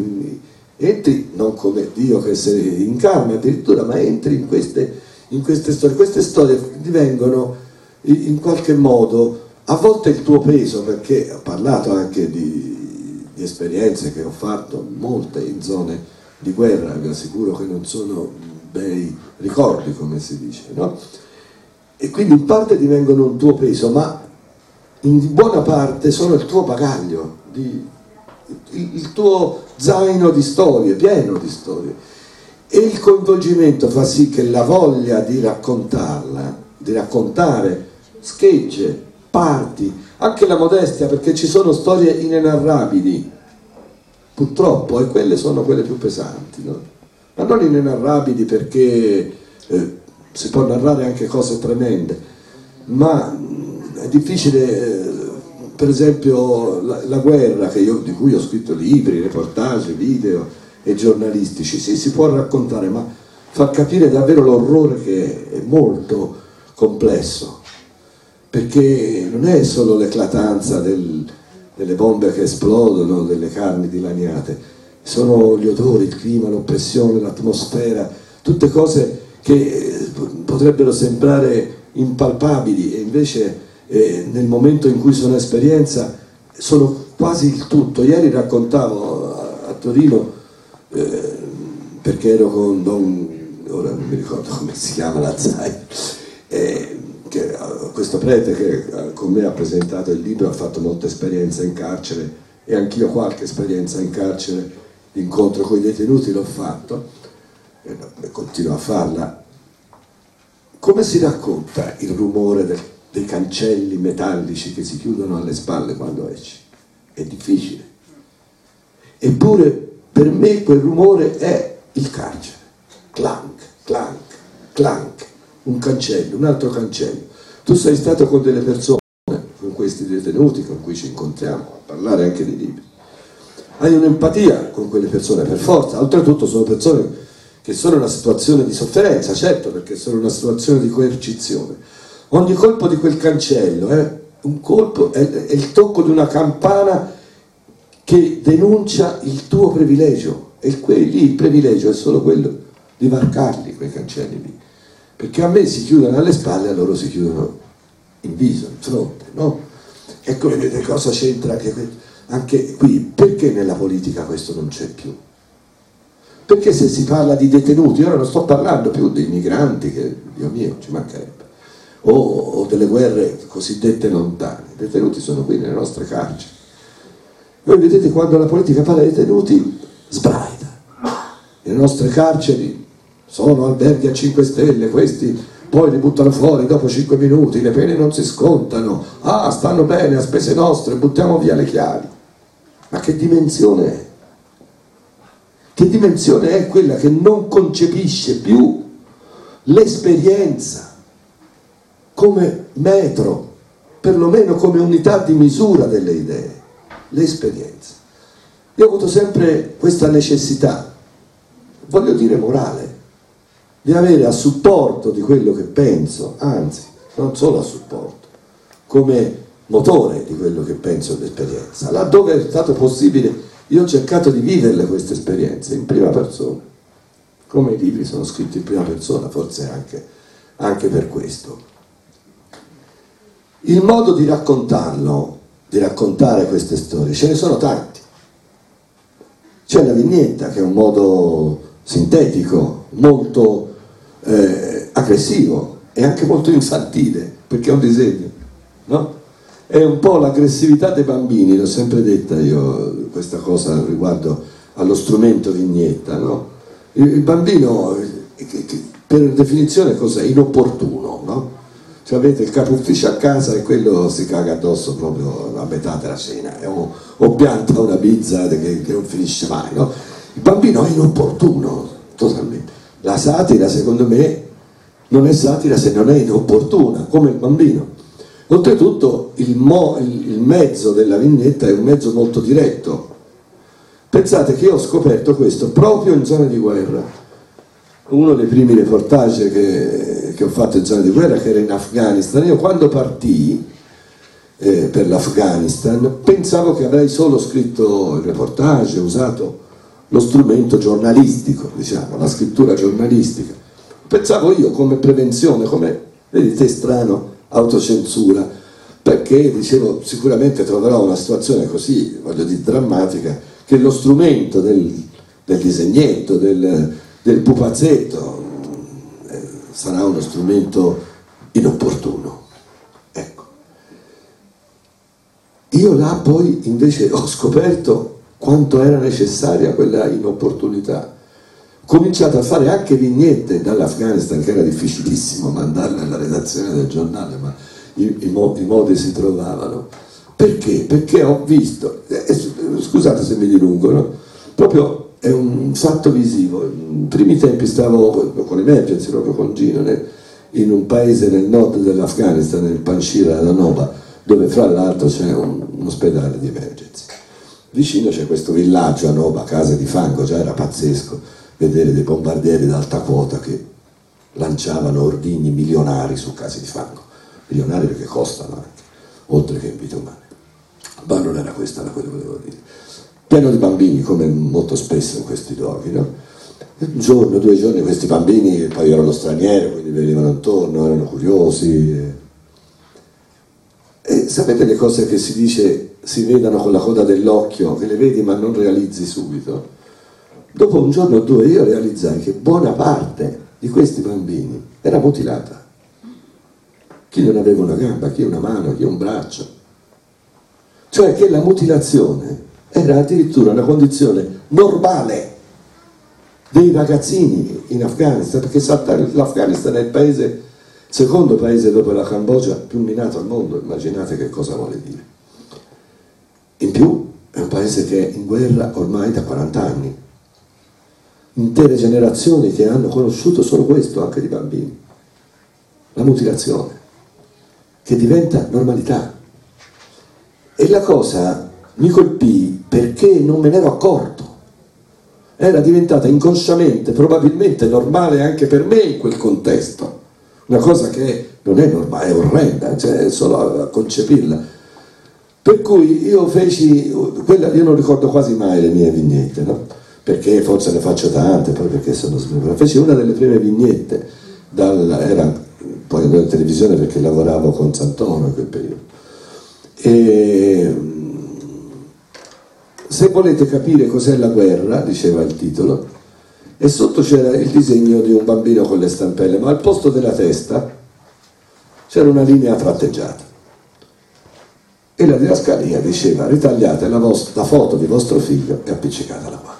entri non come Dio che si incarna addirittura, ma entri in queste storie. Queste storie divengono in qualche modo a volte il tuo peso, perché ho parlato anche di esperienze che ho fatto, molte in zone di guerra, vi assicuro che non sono bei ricordi, come si dice, no? E quindi in parte divengono un tuo peso, ma in buona parte sono il tuo bagaglio, il tuo zaino di storie, pieno di storie, e il coinvolgimento fa sì che la voglia di raccontarla, di raccontare schegge, parti, anche la modestia, perché ci sono storie inenarrabili purtroppo, e quelle sono quelle più pesanti, no? Ma non inenarrabili perché si può narrare anche cose tremende, ma è difficile, per esempio la guerra, di cui ho scritto libri, reportage, video e giornalistici, sì, si può raccontare, ma fa capire davvero l'orrore, che è molto complesso, perché non è solo l'eclatanza delle bombe che esplodono, delle carni dilaniate, sono gli odori, il clima, l'oppressione, l'atmosfera, tutte cose che potrebbero sembrare impalpabili, e invece nel momento in cui sono esperienza sono quasi il tutto. Ieri raccontavo a Torino, perché ero con ora non mi ricordo come si chiama, la Zai, questo prete che con me ha presentato il libro, ha fatto molta esperienza in carcere, e anch'io qualche esperienza in carcere, l'incontro con i detenuti l'ho fatto e continuo a farla. Come si racconta il rumore dei cancelli metallici che si chiudono alle spalle quando esci? È difficile. Eppure per me quel rumore è il carcere. Clank, clank, clank. Un cancello, un altro cancello. Tu sei stato con delle persone, con questi detenuti con cui ci incontriamo, a parlare anche di libri. Hai un'empatia con quelle persone, per forza. Oltretutto sono persone che sono in una situazione di sofferenza, certo, perché sono in una situazione di coercizione. Ogni colpo di quel cancello è un colpo, è il tocco di una campana che denuncia il tuo privilegio, e lì il privilegio è solo quello di varcarli, quei cancelli lì. Perché a me si chiudono alle spalle, a loro si chiudono in viso, in fronte, no? Ecco, vedete cosa c'entra anche qui. Perché nella politica questo non c'è più? Perché se si parla di detenuti, ora non sto parlando più dei migranti, che Dio mio, ci mancherebbe, o delle guerre cosiddette lontane. I detenuti sono qui nelle nostre carceri. Voi vedete, quando la politica parla di detenuti, sbraita. Le nostre carceri sono alberghi a 5 stelle, questi poi li buttano fuori dopo 5 minuti, le pene non si scontano, stanno bene a spese nostre, buttiamo via le chiavi. Ma che dimensione è? Che dimensione è quella che non concepisce più l'esperienza come metro perlomeno come unità di misura delle idee, le esperienze. Io ho avuto sempre questa necessità, voglio dire morale, di avere a supporto di quello che penso, anzi, non solo a supporto, come motore di quello che penso l'esperienza. Laddove è stato possibile, io ho cercato di viverle queste esperienze in prima persona. Come i libri sono scritti in prima persona, forse anche per questo. Il modo di raccontarlo, di raccontare queste storie, ce ne sono tanti. C'è la vignetta, che è un modo sintetico, molto aggressivo e anche molto infantile, perché è un disegno, no? È un po' l'aggressività dei bambini, l'ho sempre detta io questa cosa riguardo allo strumento vignetta, no? Il bambino, per definizione, cos'è? Inopportuno, no? Cioè avete il capo ufficio a casa e quello si caga addosso proprio a metà della cena, o pianta una pizza che non finisce mai, no? Il bambino è inopportuno, totalmente. La satira, secondo me, non è satira se non è inopportuna, come il bambino. Oltretutto il mezzo della vignetta è un mezzo molto diretto. Pensate che io ho scoperto questo proprio in zone di guerra. Uno dei primi reportage che ho fatto in zone di guerra, che era in Afghanistan, io quando partii per l'Afghanistan pensavo che avrei solo scritto il reportage, usato lo strumento giornalistico, diciamo, la scrittura giornalistica. Pensavo io come prevenzione, come, vedi te strano, autocensura, perché dicevo sicuramente troverò una situazione così, voglio dire, drammatica, che lo strumento del disegnetto, del pupazzetto sarà uno strumento inopportuno. Ecco. Io là poi invece ho scoperto quanto era necessaria quella inopportunità. Ho cominciato a fare anche vignette dall'Afghanistan, che era difficilissimo mandarle alla redazione del giornale, ma i modi si trovavano. Perché? Perché ho visto, scusate se mi dilungo, no? Proprio è un fatto visivo. In primi tempi stavo con Emergency, proprio con Gino, in un paese nel nord dell'Afghanistan, nel Panjshir al-Noba, dove fra l'altro c'è un ospedale di Emergency. Vicino c'è questo villaggio a Noba, case di fango, già era pazzesco vedere dei bombardieri d'alta quota che lanciavano ordigni milionari su case di fango. Milionari perché costano anche, oltre che in vite umane. Ma non era questa la quello che volevo dire. Pieno di bambini, come molto spesso in questi luoghi, no? Un giorno, 2 giorni questi bambini, poi io ero lo straniero, quindi venivano intorno, erano curiosi. E sapete le cose che si dice, si vedano con la coda dell'occhio, che le vedi ma non realizzi subito? Dopo un giorno o 2 io realizzai che buona parte di questi bambini era mutilata. Chi non aveva una gamba, chi una mano, chi un braccio. Cioè che la mutilazione era addirittura una condizione normale dei ragazzini in Afghanistan, perché l'Afghanistan è il secondo paese dopo la Cambogia più minato al mondo, immaginate che cosa vuole dire. In più è un paese che è in guerra ormai da 40 anni. Intere generazioni che hanno conosciuto solo questo, anche di bambini, la mutilazione, che diventa normalità. E la cosa mi colpì perché non me ne ero accorto, era diventata inconsciamente, probabilmente normale anche per me in quel contesto, una cosa che non è normale, è orrenda, cioè è solo a concepirla. Per cui io feci, io non ricordo quasi mai le mie vignette, no? Perché forse ne faccio tante, poi perché sono sviluppato. Feci una delle prime vignette, era poi andavo in televisione perché lavoravo con Sant'Ono in quel periodo. E se volete capire cos'è la guerra, diceva il titolo, e sotto c'era il disegno di un bambino con le stampelle, ma al posto della testa c'era una linea tratteggiata. E la didascalia diceva: ritagliate la foto di vostro figlio e appiccicatela qua.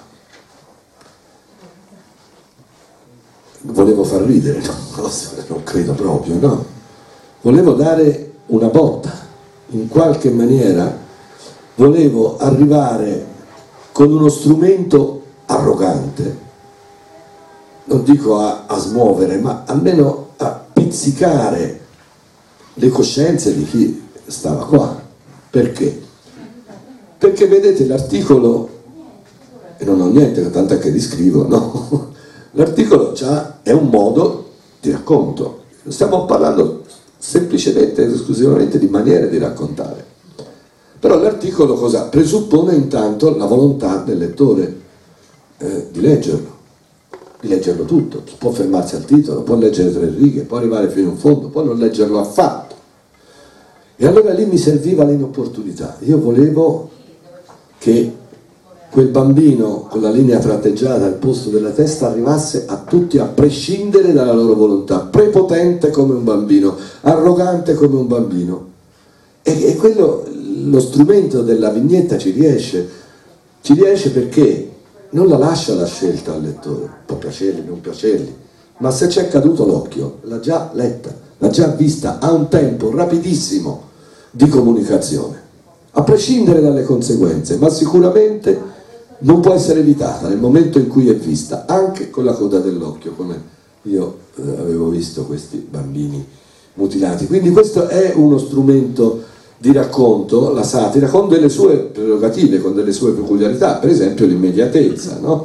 Volevo far ridere, no? Non credo proprio, no? Volevo dare una botta, in qualche maniera volevo arrivare con uno strumento arrogante, non dico a smuovere, ma almeno a pizzicare le coscienze di chi stava qua. Perché? Perché vedete l'articolo, e non ho niente, tanto che riscrivo, no? L'articolo è un modo di racconto. Stiamo parlando semplicemente ed esclusivamente di maniere di raccontare. Però l'articolo cosa? Presuppone intanto la volontà del lettore di leggerlo tutto. Può fermarsi al titolo, può leggere 3 righe, può arrivare fino in fondo, può non leggerlo affatto. E allora lì mi serviva l'inopportunità. Io volevo che quel bambino con la linea tratteggiata al posto della testa arrivasse a tutti a prescindere dalla loro volontà, prepotente come un bambino, arrogante come un bambino. E quello, lo strumento della vignetta ci riesce perché non la lascia la scelta al lettore, può piacergli, non piacergli, ma se c'è caduto l'occhio, l'ha già letta, l'ha già vista, ha un tempo rapidissimo di comunicazione, a prescindere dalle conseguenze, ma sicuramente non può essere evitata nel momento in cui è vista, anche con la coda dell'occhio, come io avevo visto questi bambini mutilati. Quindi questo è uno strumento di racconto, la satira, con delle sue prerogative, con delle sue peculiarità, per esempio l'immediatezza, no?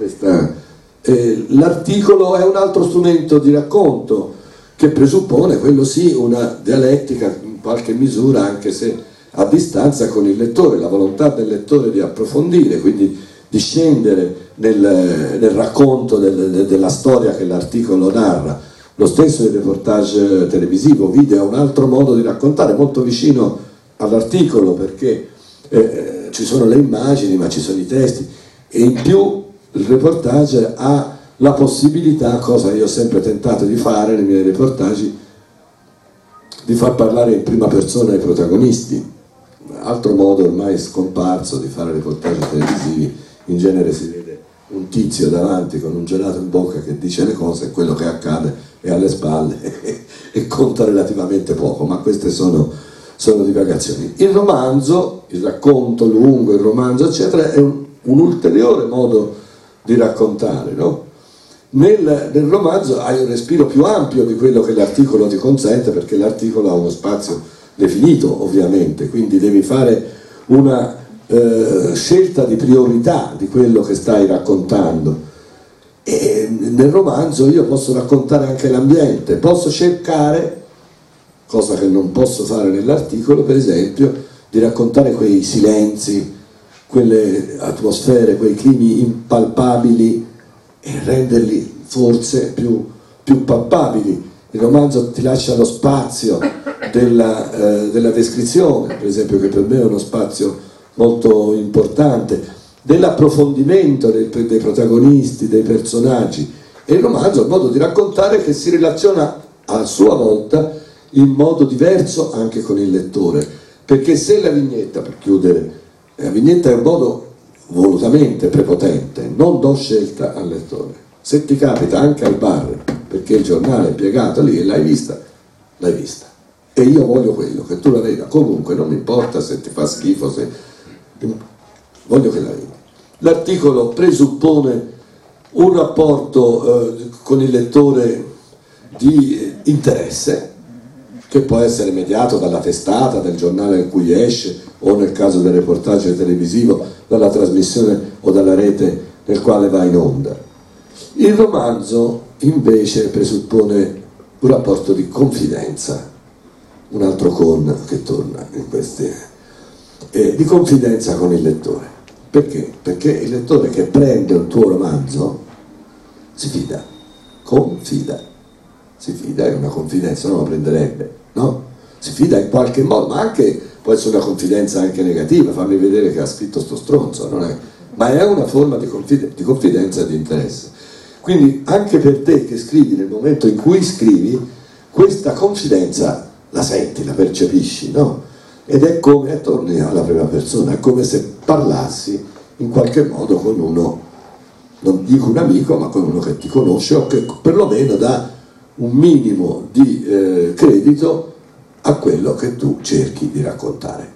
L'articolo è un altro strumento di racconto che presuppone, quello sì, una dialettica in qualche misura, anche se a distanza con il lettore, la volontà del lettore di approfondire, quindi di scendere nel racconto della storia che l'articolo narra. Lo stesso il reportage televisivo, video, è un altro modo di raccontare, molto vicino all'articolo, perché ci sono le immagini ma ci sono i testi, e in più il reportage ha la possibilità, cosa io ho sempre tentato di fare nei miei reportage, di far parlare in prima persona i protagonisti. Altro modo ormai scomparso di fare reportage televisivi, in genere si vede un tizio davanti con un gelato in bocca che dice le cose e quello che accade è alle spalle e conta relativamente poco, ma queste sono divagazioni. Il romanzo, il racconto lungo, il romanzo eccetera, è un ulteriore modo di raccontare, no? Nel romanzo hai un respiro più ampio di quello che l'articolo ti consente, perché l'articolo ha uno spazio definito ovviamente, quindi devi fare una scelta di priorità di quello che stai raccontando. E nel romanzo io posso raccontare anche l'ambiente, posso cercare, cosa che non posso fare nell'articolo, per esempio, di raccontare quei silenzi, quelle atmosfere, quei climi impalpabili e renderli forse più palpabili. Il romanzo ti lascia lo spazio della descrizione, per esempio, che per me è uno spazio molto importante, dell'approfondimento dei protagonisti, dei personaggi, e il romanzo è un modo di raccontare che si relaziona a sua volta in modo diverso anche con il lettore, perché se la vignetta, per chiudere, la vignetta è un modo volutamente prepotente, non do scelta al lettore. Se ti capita anche al bar, perché il giornale è piegato lì e l'hai vista, e io voglio quello, che tu la veda comunque, non mi importa se ti fa schifo, voglio che la veda. L'articolo presuppone un rapporto con il lettore di interesse, che può essere mediato dalla testata, del giornale in cui esce, o nel caso del reportage televisivo, dalla trasmissione o dalla rete nel quale va in onda. Il romanzo invece presuppone un rapporto di confidenza, un altro con che torna in queste, di confidenza con il lettore. Perché? Perché il lettore che prende un tuo romanzo si fida, si fida, è una confidenza, non lo prenderebbe, no? Si fida in qualche modo, ma anche può essere una confidenza anche negativa, fammi vedere che ha scritto sto stronzo, non è? Ma è una forma di confidenza e di interesse. Quindi anche per te che scrivi, nel momento in cui scrivi, questa confidenza la senti, la percepisci, no? Ed è come, torni alla prima persona, è come se parlassi in qualche modo con uno, non dico un amico, ma con uno che ti conosce o che perlomeno dà un minimo di credito a quello che tu cerchi di raccontare.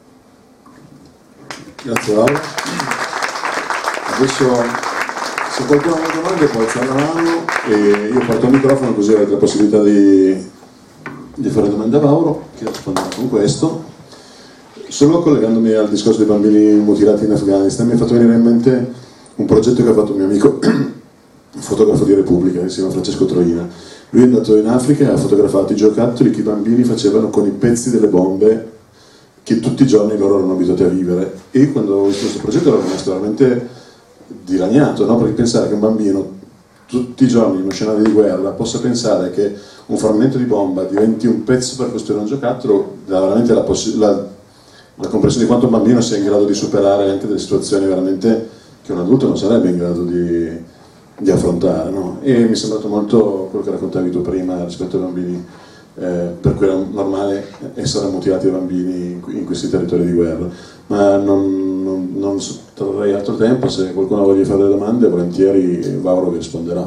Grazie Laura. Adesso se qualcuno ha una domanda può alzare la mano e io porto il microfono, così avete la possibilità di di fare domande a Mauro, che risponderà con questo. Solo collegandomi al discorso dei bambini mutilati in Afghanistan, mi ha fatto venire in mente un progetto che ha fatto un mio amico, un fotografo di Repubblica, che si chiama Francesco Troina. Lui è andato in Africa e ha fotografato i giocattoli che i bambini facevano con i pezzi delle bombe che tutti i giorni loro erano abituati a vivere. E quando ho visto questo progetto ero rimasto veramente dilaniato, no? Perché pensare che un bambino tutti i giorni in uno scenario di guerra possa pensare che un frammento di bomba diventi un pezzo per costruire un giocattolo dà veramente la comprensione di quanto un bambino sia in grado di superare anche delle situazioni veramente che un adulto non sarebbe in grado di affrontare, no? E mi è sembrato molto quello che raccontavi tu prima rispetto ai bambini, per cui era normale essere mutilati dai bambini in questi territori di guerra. Ma non trarrei altro tempo, se qualcuno voglia fare delle domande volentieri Mauro vi risponderà.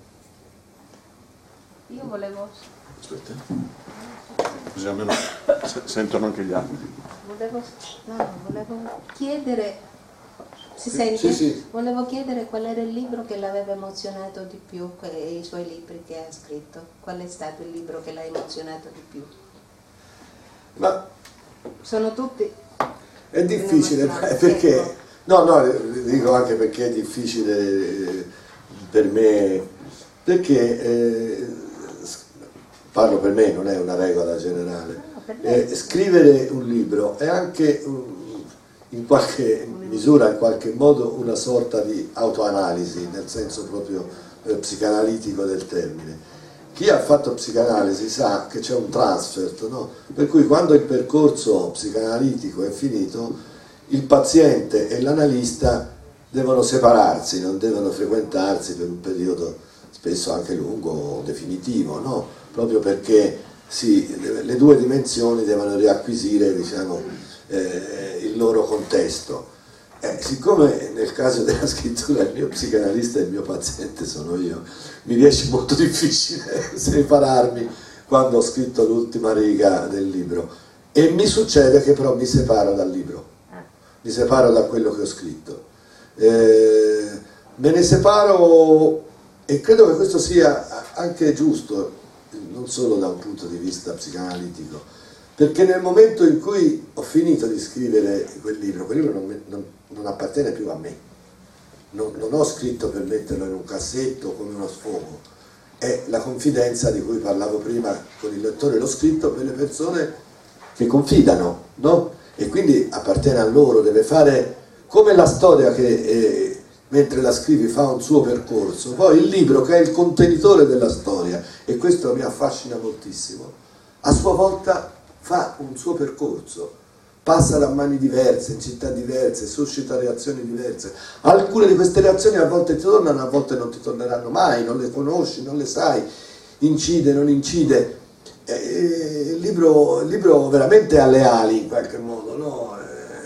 Io volevo... Aspetta, così almeno sentono anche gli altri. Volevo chiedere, si sente? Sì, sì. Volevo chiedere qual era il libro che l'aveva emozionato di più, i suoi libri che ha scritto. Qual è stato il libro che l'ha emozionato di più? Ma sono tutti... È difficile, perché... No, dico anche perché è difficile per me, perché parlo per me, non è una regola generale. Scrivere un libro è anche in qualche misura, in qualche modo, una sorta di autoanalisi, nel senso proprio psicanalitico del termine. Chi ha fatto psicanalisi sa che c'è un transfert, no? Per cui quando il percorso psicanalitico è finito, il paziente e l'analista devono separarsi, non devono frequentarsi per un periodo spesso anche lungo o definitivo, no? Proprio perché le due dimensioni devono riacquisire, diciamo, il loro contesto. Siccome nel caso della scrittura il mio psicanalista e il mio paziente sono io, mi riesce molto difficile separarmi quando ho scritto l'ultima riga del libro, e mi succede che però mi separo dal libro, mi separo da quello che ho scritto, me ne separo, e credo che questo sia anche giusto, non solo da un punto di vista psicanalitico, perché nel momento in cui ho finito di scrivere quel libro non appartiene più a me, non ho scritto per metterlo in un cassetto come uno sfogo, è la confidenza di cui parlavo prima con il lettore, l'ho scritto per le persone che confidano, no? E quindi appartiene a loro, deve fare come la storia che mentre la scrivi fa un suo percorso, poi il libro, che è il contenitore della storia, e questo mi affascina moltissimo, a sua volta fa un suo percorso, passa da mani diverse, in città diverse, suscita reazioni diverse. Alcune di queste reazioni a volte ti tornano, a volte non ti torneranno mai, non le conosci, non le sai, incide, non incide. Il libro veramente ha le ali in qualche modo, no?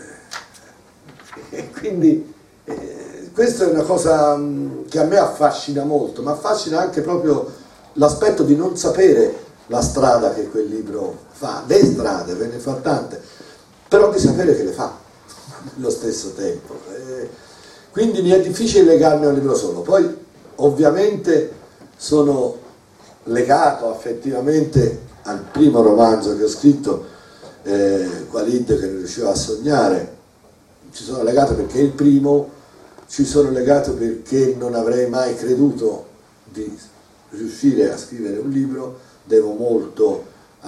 E quindi questa è una cosa che a me affascina molto, ma affascina anche proprio l'aspetto di non sapere la strada che quel libro fa, le strade, ve ne fa tante, però di sapere che le fa allo stesso tempo. Quindi mi è difficile legarmi a un libro solo. Poi ovviamente sono legato affettivamente al primo romanzo che ho scritto, Khalid che non riusciva a sognare. Ci sono legato perché è il primo, ci sono legato perché non avrei mai creduto di riuscire a scrivere un libro, devo molto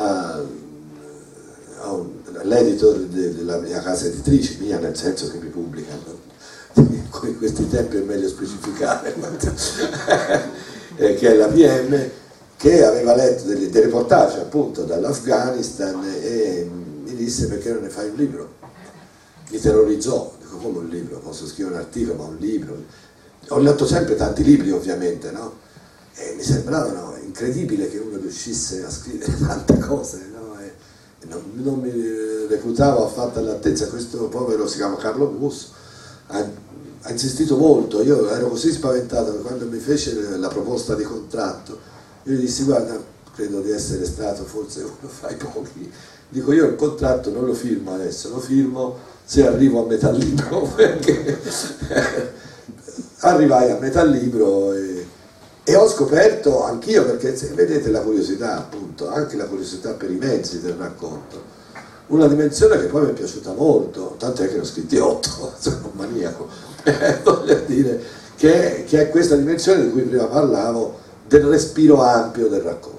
all'editor della mia casa editrice, mia nel senso che mi pubblicano, in questi tempi è meglio specificare, che è la PM, che aveva letto dei reportage appunto dall'Afghanistan e mi disse: perché non ne fai un libro? Mi terrorizzò, dico: come un libro? Posso scrivere un articolo, ma un libro? Ho letto sempre tanti libri ovviamente, no? E mi sembravano incredibile che uno riuscisse a scrivere tante cose, no? E non mi reputavo affatto all'altezza. Questo povero, si chiama Carlo Busso, ha insistito molto. Io ero così spaventato che quando mi fece la proposta di contratto io gli dissi: guarda, credo di essere stato forse uno fra i pochi, dico, io il contratto non lo firmo adesso, lo firmo se arrivo a metà libro, perché arrivai a metà libro e E ho scoperto anch'io, perché se vedete la curiosità, appunto, anche la curiosità per i mezzi del racconto, una dimensione che poi mi è piaciuta molto, tant'è che ne ho scritti 8, sono un maniaco, voglio dire, che è questa dimensione di cui prima parlavo, del respiro ampio del racconto.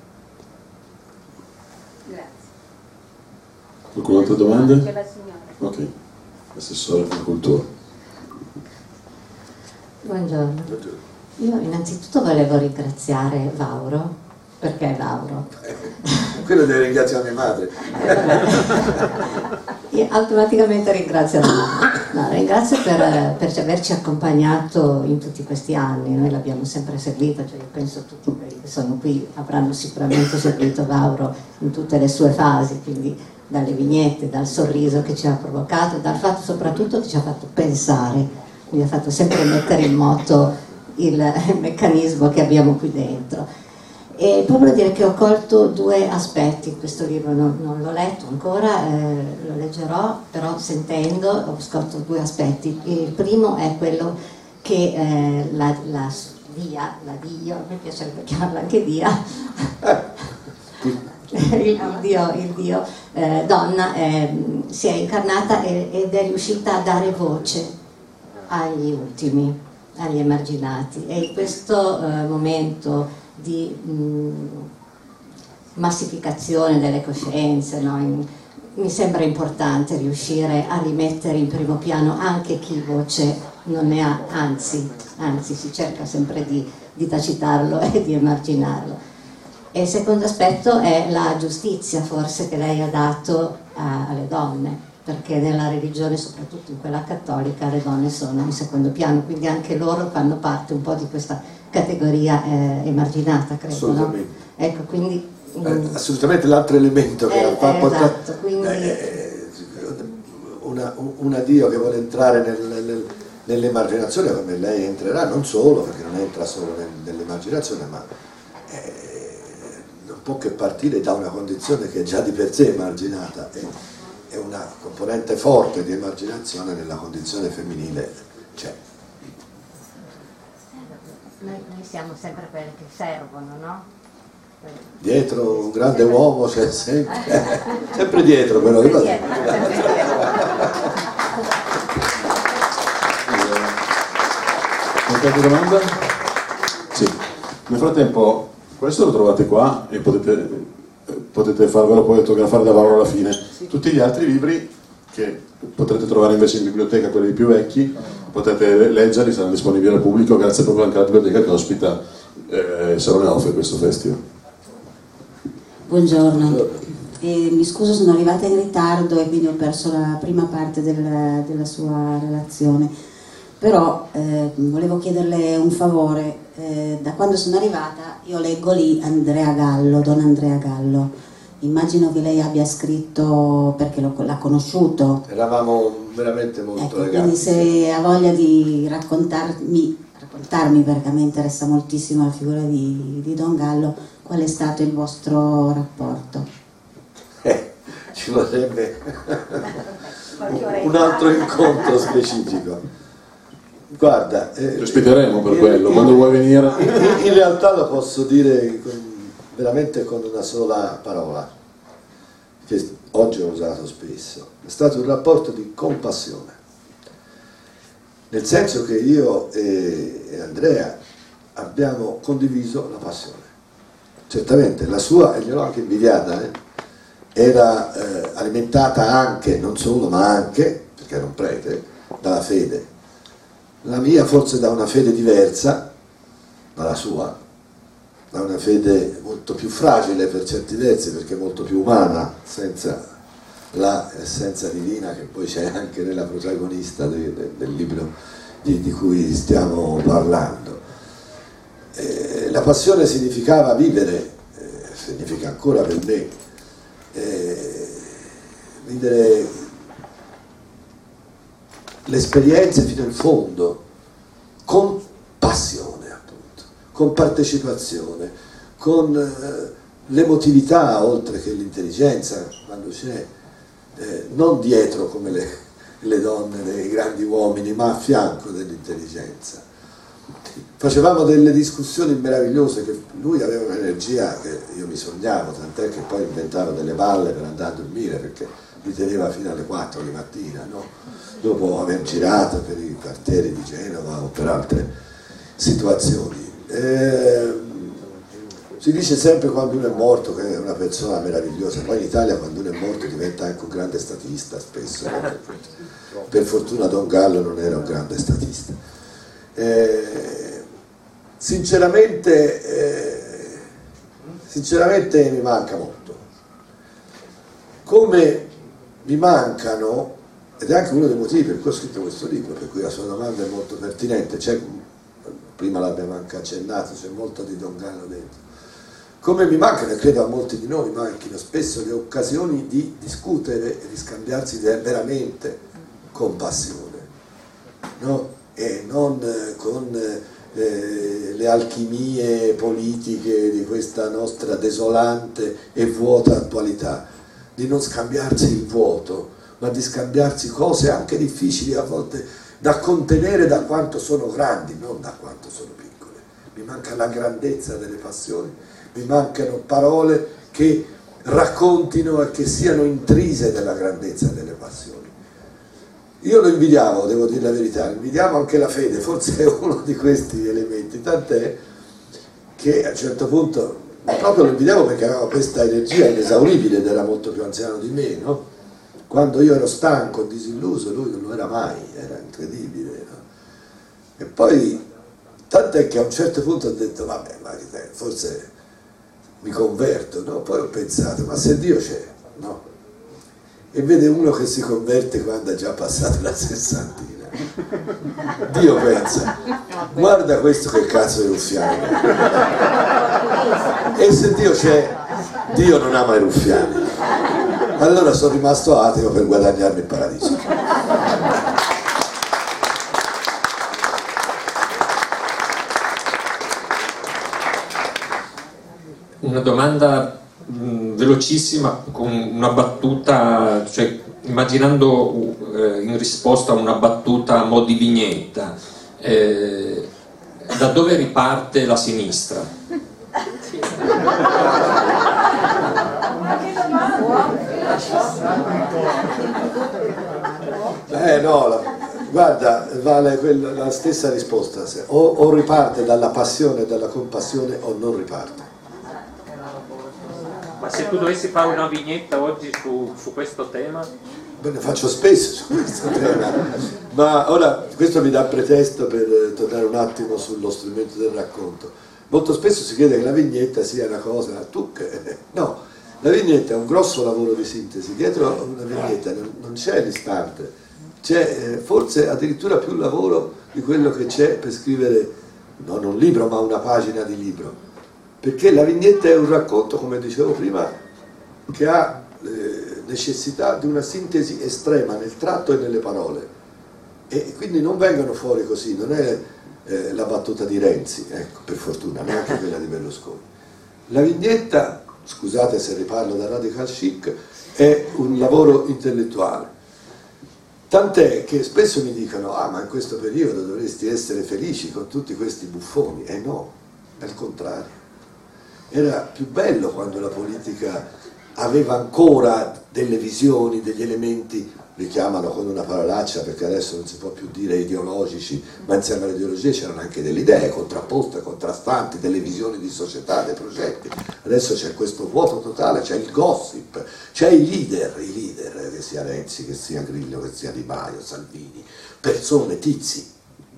Grazie. Qualcuna altra domanda? C'è la signora. Ok, assessore della cultura. Buongiorno. Io innanzitutto volevo ringraziare Vauro, perché è Vauro. Quello deve ringraziare mia madre. Io automaticamente ringrazio la mamma. No, ringrazio per averci accompagnato in tutti questi anni. Noi l'abbiamo sempre seguito, cioè io penso tutti quelli che sono qui avranno sicuramente seguito Vauro in tutte le sue fasi, quindi dalle vignette, dal sorriso che ci ha provocato, dal fatto soprattutto che ci ha fatto pensare, quindi ha fatto sempre mettere in moto il meccanismo che abbiamo qui dentro. E poi voglio dire che ho colto due aspetti in questo libro, non l'ho letto ancora, lo leggerò, però sentendo ho scolto due aspetti. Il primo è quello che la Dio, a me piacerebbe chiamarla anche Dia, il Dio donna si è incarnata ed è riuscita a dare voce agli ultimi, agli emarginati, e in questo momento di massificazione delle coscienze, no? Mi sembra importante riuscire a rimettere in primo piano anche chi voce non ne ha, anzi si cerca sempre di tacitarlo e di emarginarlo. E il secondo aspetto è la giustizia forse che lei ha dato alle donne, perché nella religione, soprattutto in quella cattolica, le donne sono in secondo piano, quindi anche loro fanno parte un po' di questa categoria emarginata, credo. Assolutamente. No? Ecco, quindi assolutamente l'altro elemento che ha portato, esatto, quindi una Dio che vuole entrare nell'emarginazione, come lei entrerà, non solo, perché non entra solo nell'emarginazione, ma non può che partire da una condizione che è già di per sé emarginata, è una componente forte di emarginazione nella condizione femminile, c'è. Noi siamo sempre quelle che servono, no? Dietro un grande uomo c'è sempre dietro, però. Qualche altra domanda? Sì. Nel frattempo, questo lo trovate qua e potete farvelo poi autografare da Vauro alla fine. Tutti gli altri libri che potrete trovare invece in biblioteca, quelli più vecchi, potete leggerli, saranno disponibili al pubblico grazie proprio anche alla biblioteca che ospita Salone Off questo festival. Buongiorno, mi scuso, sono arrivata in ritardo e quindi ho perso la prima parte della sua relazione, però volevo chiederle un favore. Da quando sono arrivata io leggo lì Andrea Gallo, Don Andrea Gallo. Immagino che lei abbia scritto perché l'ha conosciuto. Eravamo veramente molto legati. Quindi se ha voglia di raccontarmi, perché a me interessa moltissimo la figura di Don Gallo, qual è stato il vostro rapporto? Ci vorrebbe un altro incontro specifico. Guarda, ti ospiteremo per quello, quando vuoi venire. In realtà lo posso dire veramente con una sola parola, che oggi ho usato spesso. È stato un rapporto di compassione, nel senso che io e Andrea abbiamo condiviso la passione. Certamente la sua, e gliel'ho anche invidiata, era alimentata anche, non solo, ma anche, perché era un prete, dalla fede. La mia forse da una fede diversa dalla sua, da una fede molto più fragile per certi versi, perché molto più umana, senza l'essenza divina che poi c'è anche nella protagonista del libro di cui stiamo parlando. La passione significava vivere, significa ancora per me, vivere le esperienze fino in fondo, con passione appunto, con partecipazione, con l'emotività oltre che l'intelligenza quando c'è, non dietro come le donne dei grandi uomini, ma a fianco dell'intelligenza. facevamo delle discussioni meravigliose, che lui aveva un'energia che io mi sognavo, tant'è che poi inventava delle balle per andare a dormire, perché li teneva fino alle 4 di mattina, no? Dopo aver girato per i quartieri di Genova o per altre situazioni. Si dice sempre quando uno è morto che è una persona meravigliosa, poi in Italia quando uno è morto diventa anche un grande statista spesso, no? Per fortuna Don Gallo non era un grande statista. Sinceramente mi manca molto, come mi mancano, ed è anche uno dei motivi per cui ho scritto questo libro, per cui la sua domanda è molto pertinente, prima l'abbiamo anche accennato, c'è molto di Don Gallo dentro. Come mi mancano, e credo a molti di noi manchino spesso, le occasioni di discutere e di scambiarsi idee veramente con passione, no? E non con le alchimie politiche di questa nostra desolante e vuota attualità, di non scambiarsi il vuoto, ma di scambiarsi cose anche difficili a volte da contenere, da quanto sono grandi, non da quanto sono piccole. Mi manca la grandezza delle passioni, mi mancano parole che raccontino e che siano intrise della grandezza delle passioni. Io lo invidiavo, devo dire la verità, invidiavo anche la fede, forse è uno di questi elementi, tant'è che a un certo punto proprio lo invidiavo perché aveva questa energia inesauribile ed era molto più anziano di me, no? Quando io ero stanco, disilluso, lui non lo era mai, era incredibile, no? E poi tant'è che a un certo punto ho detto vabbè, ma forse mi converto, no? Poi ho pensato, ma se Dio c'è, no? E vede uno che si converte quando ha già passato la sessantina. Dio pensa, guarda questo che cazzo di ruffiano. E se Dio c'è, Dio non ama i ruffiani. Allora sono rimasto ateo per guadagnarmi il paradiso. Una domanda velocissima con una battuta, cioè immaginando in risposta a una battuta a mo' di vignetta, da dove riparte la sinistra? No, guarda, vale la stessa risposta, o riparte dalla passione e dalla compassione o non riparte. Ma se tu dovessi fare una vignetta oggi su questo tema? Beh, ne faccio spesso su questo tema, ma ora questo mi dà pretesto per tornare un attimo sullo strumento del racconto. Molto spesso si crede che la vignetta sia una cosa, no, la vignetta è un grosso lavoro di sintesi, dietro una vignetta non c'è l'istante, c'è forse addirittura più lavoro di quello che c'è per scrivere, non un libro ma una pagina di libro. Perché la vignetta è un racconto, come dicevo prima, che ha necessità di una sintesi estrema nel tratto e nelle parole, e quindi non vengono fuori così, non è la battuta di Renzi, ecco, per fortuna, neanche quella di Berlusconi. La vignetta, scusate se riparlo da radical chic, è un lavoro intellettuale, tant'è che spesso mi dicono ma in questo periodo dovresti essere felici con tutti questi buffoni, e no, è il contrario. Era più bello quando la politica aveva ancora delle visioni, degli elementi, li chiamano con una parolaccia perché adesso non si può più dire ideologici, ma insieme alle ideologie c'erano anche delle idee contrapposte, contrastanti, delle visioni di società, dei progetti. Adesso c'è questo vuoto totale, c'è il gossip, c'è i leader, che sia Renzi, che sia Grillo, che sia Di Maio, Salvini, persone, tizi.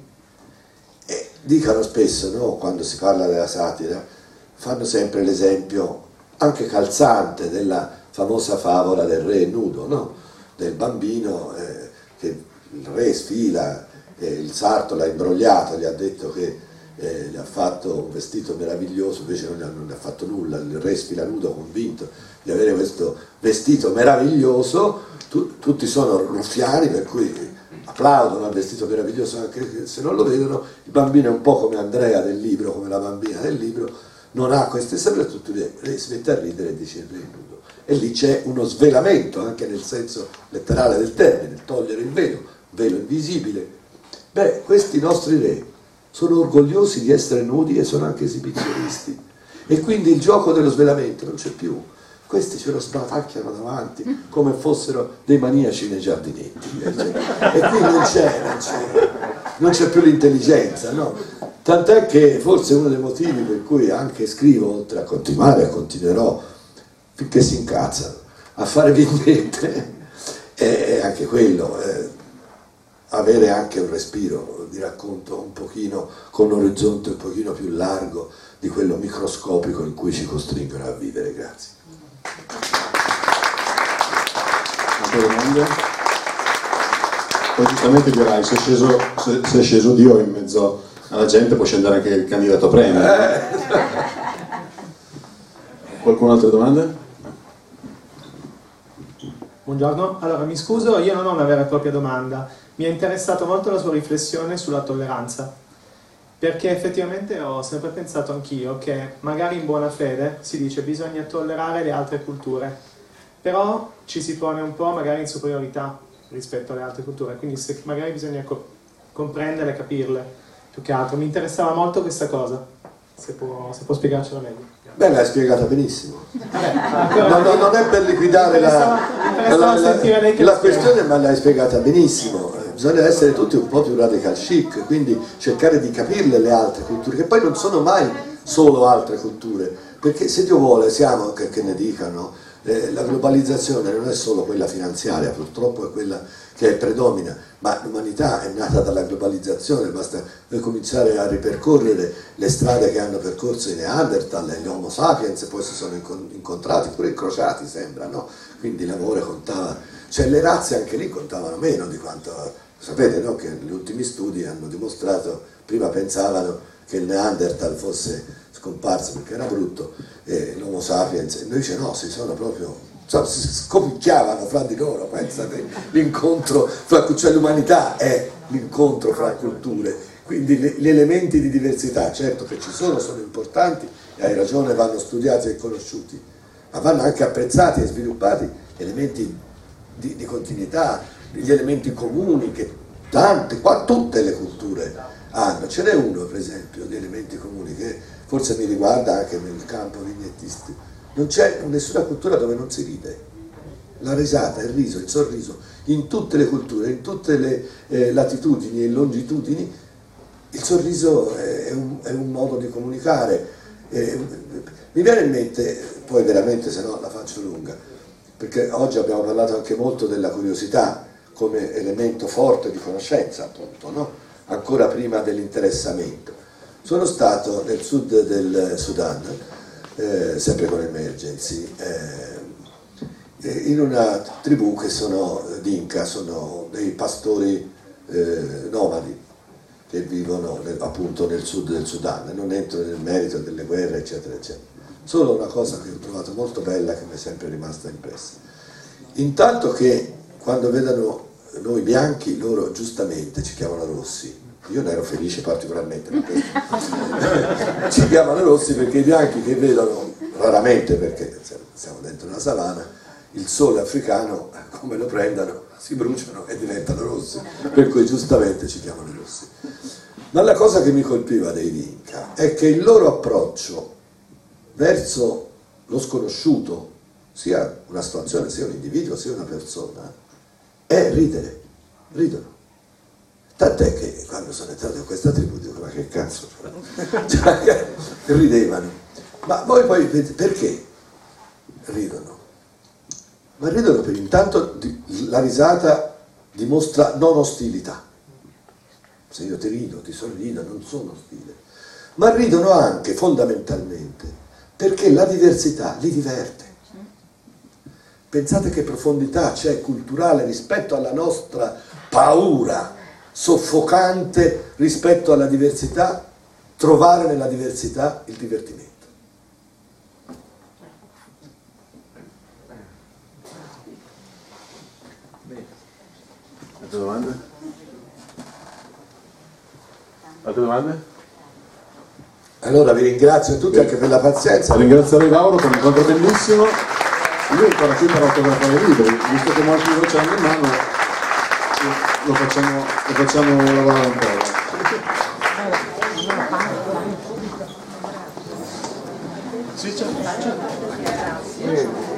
E dicono spesso, no, quando si parla della satira, fanno sempre l'esempio anche calzante della famosa favola del re nudo, no? Del bambino che il re sfila, il sarto l'ha imbrogliato, gli ha detto che gli ha fatto un vestito meraviglioso, invece non gli ha fatto nulla, il re sfila nudo convinto di avere questo vestito meraviglioso, tutti sono ruffiani per cui applaudono al vestito meraviglioso anche se non lo vedono. Il bambino è un po' come Andrea del libro, come la bambina del libro, non ha queste soprattutto si mette a ridere e dice il re nudo, e lì c'è uno svelamento anche nel senso letterale del termine, togliere il velo invisibile. Beh, questi nostri re sono orgogliosi di essere nudi e sono anche esibizionisti. E quindi il gioco dello svelamento non c'è più. Questi ce lo sbatacchiano davanti come fossero dei maniaci nei giardinetti. E qui non c'è più l'intelligenza, no? Tant'è che forse uno dei motivi per cui anche scrivo, oltre a continuare, continuerò, finché si incazzano, a fare vignette, è anche quello, avere anche un respiro di racconto un pochino con un orizzonte un pochino più largo di quello microscopico in cui ci costringono a vivere. Grazie. Altre domande? Poi giustamente dirai, se è sceso Dio in mezzo alla gente può scendere anche il candidato a premio. Qualcun altre domande? Buongiorno, allora mi scuso, io non ho una vera e propria domanda, mi è interessato molto la sua riflessione sulla tolleranza, perché effettivamente ho sempre pensato anch'io che magari in buona fede si dice bisogna tollerare le altre culture, però ci si pone un po' magari in superiorità rispetto alle altre culture, quindi magari bisogna comprenderle, capirle, più che altro. Mi interessava molto questa cosa, se può spiegarcela meglio. Beh, l'hai spiegata benissimo. Non è per liquidare la questione, ma l'hai spiegata benissimo. Bisogna essere tutti un po' più radical chic, quindi cercare di capirle le altre culture, che poi non sono mai solo altre culture, perché se Dio vuole siamo, che ne dicano, la globalizzazione non è solo quella finanziaria, purtroppo è quella che predomina, ma l'umanità è nata dalla globalizzazione, basta cominciare a ripercorrere le strade che hanno percorso i Neanderthal e gli Homo sapiens, e poi si sono incontrati, pure incrociati sembra, no? Quindi l'amore contava, cioè le razze anche lì contavano meno di quanto, sapete, no? Che gli ultimi studi hanno dimostrato, prima pensavano che il Neanderthal fosse scomparso perché era brutto, e l'Homo sapiens, e invece no, si sono proprio, si scopicchiavano fra di loro. Pensate, l'incontro fra, cioè l'umanità è l'incontro fra culture, quindi gli elementi di diversità, certo che ci sono importanti e hai ragione, vanno studiati e conosciuti, ma vanno anche apprezzati e sviluppati elementi di continuità, gli elementi comuni che tutte le culture hanno. Ce n'è uno, per esempio, di elementi comuni che forse mi riguarda anche nel campo vignettistico. Non c'è nessuna cultura dove non si ride. La risata, il riso, il sorriso, in tutte le culture, in tutte le latitudini e longitudini, il sorriso è un modo di comunicare. Mi viene in mente, poi veramente se no la faccio lunga, perché oggi abbiamo parlato anche molto della curiosità come elemento forte di conoscenza, appunto, no? Ancora prima dell'interessamento. Sono stato nel sud del Sudan, sempre con Emergency, in una tribù che sono Dinka, sono dei pastori nomadi che vivono appunto nel sud del Sudan. Non entro nel merito delle guerre, eccetera, eccetera. Solo una cosa che ho trovato molto bella, che mi è sempre rimasta impressa. Intanto che quando vedono noi bianchi, loro giustamente ci chiamano rossi. Io ne ero felice particolarmente per questo. Ci chiamano rossi perché i bianchi che vedono raramente, perché siamo dentro una savana, il sole africano, come lo prendano, si bruciano e diventano rossi, per cui giustamente ci chiamano rossi. Ma la cosa che mi colpiva dei Dinka è che il loro approccio verso lo sconosciuto, sia una situazione, sia un individuo, sia una persona, è ridere, ridono. Tant'è che quando sono entrato in questa tribù dico, ma che cazzo, cioè, ridevano. Ma voi poi perché ridono? Ma ridono per intanto la risata dimostra non ostilità. Se io ti rido, ti sorrido, non sono ostile. Ma ridono anche fondamentalmente perché la diversità li diverte. Pensate che profondità c'è culturale rispetto alla nostra paura soffocante rispetto alla diversità, trovare nella diversità il divertimento. Altre domande? Altre domande? Allora vi ringrazio tutti anche per la pazienza. Ringrazio Lauro per un incontro bellissimo. Io ancora qui per autografare i libri, visto che molti lo hanno in mano, lo facciamo lavorare un po'. Sì, certo.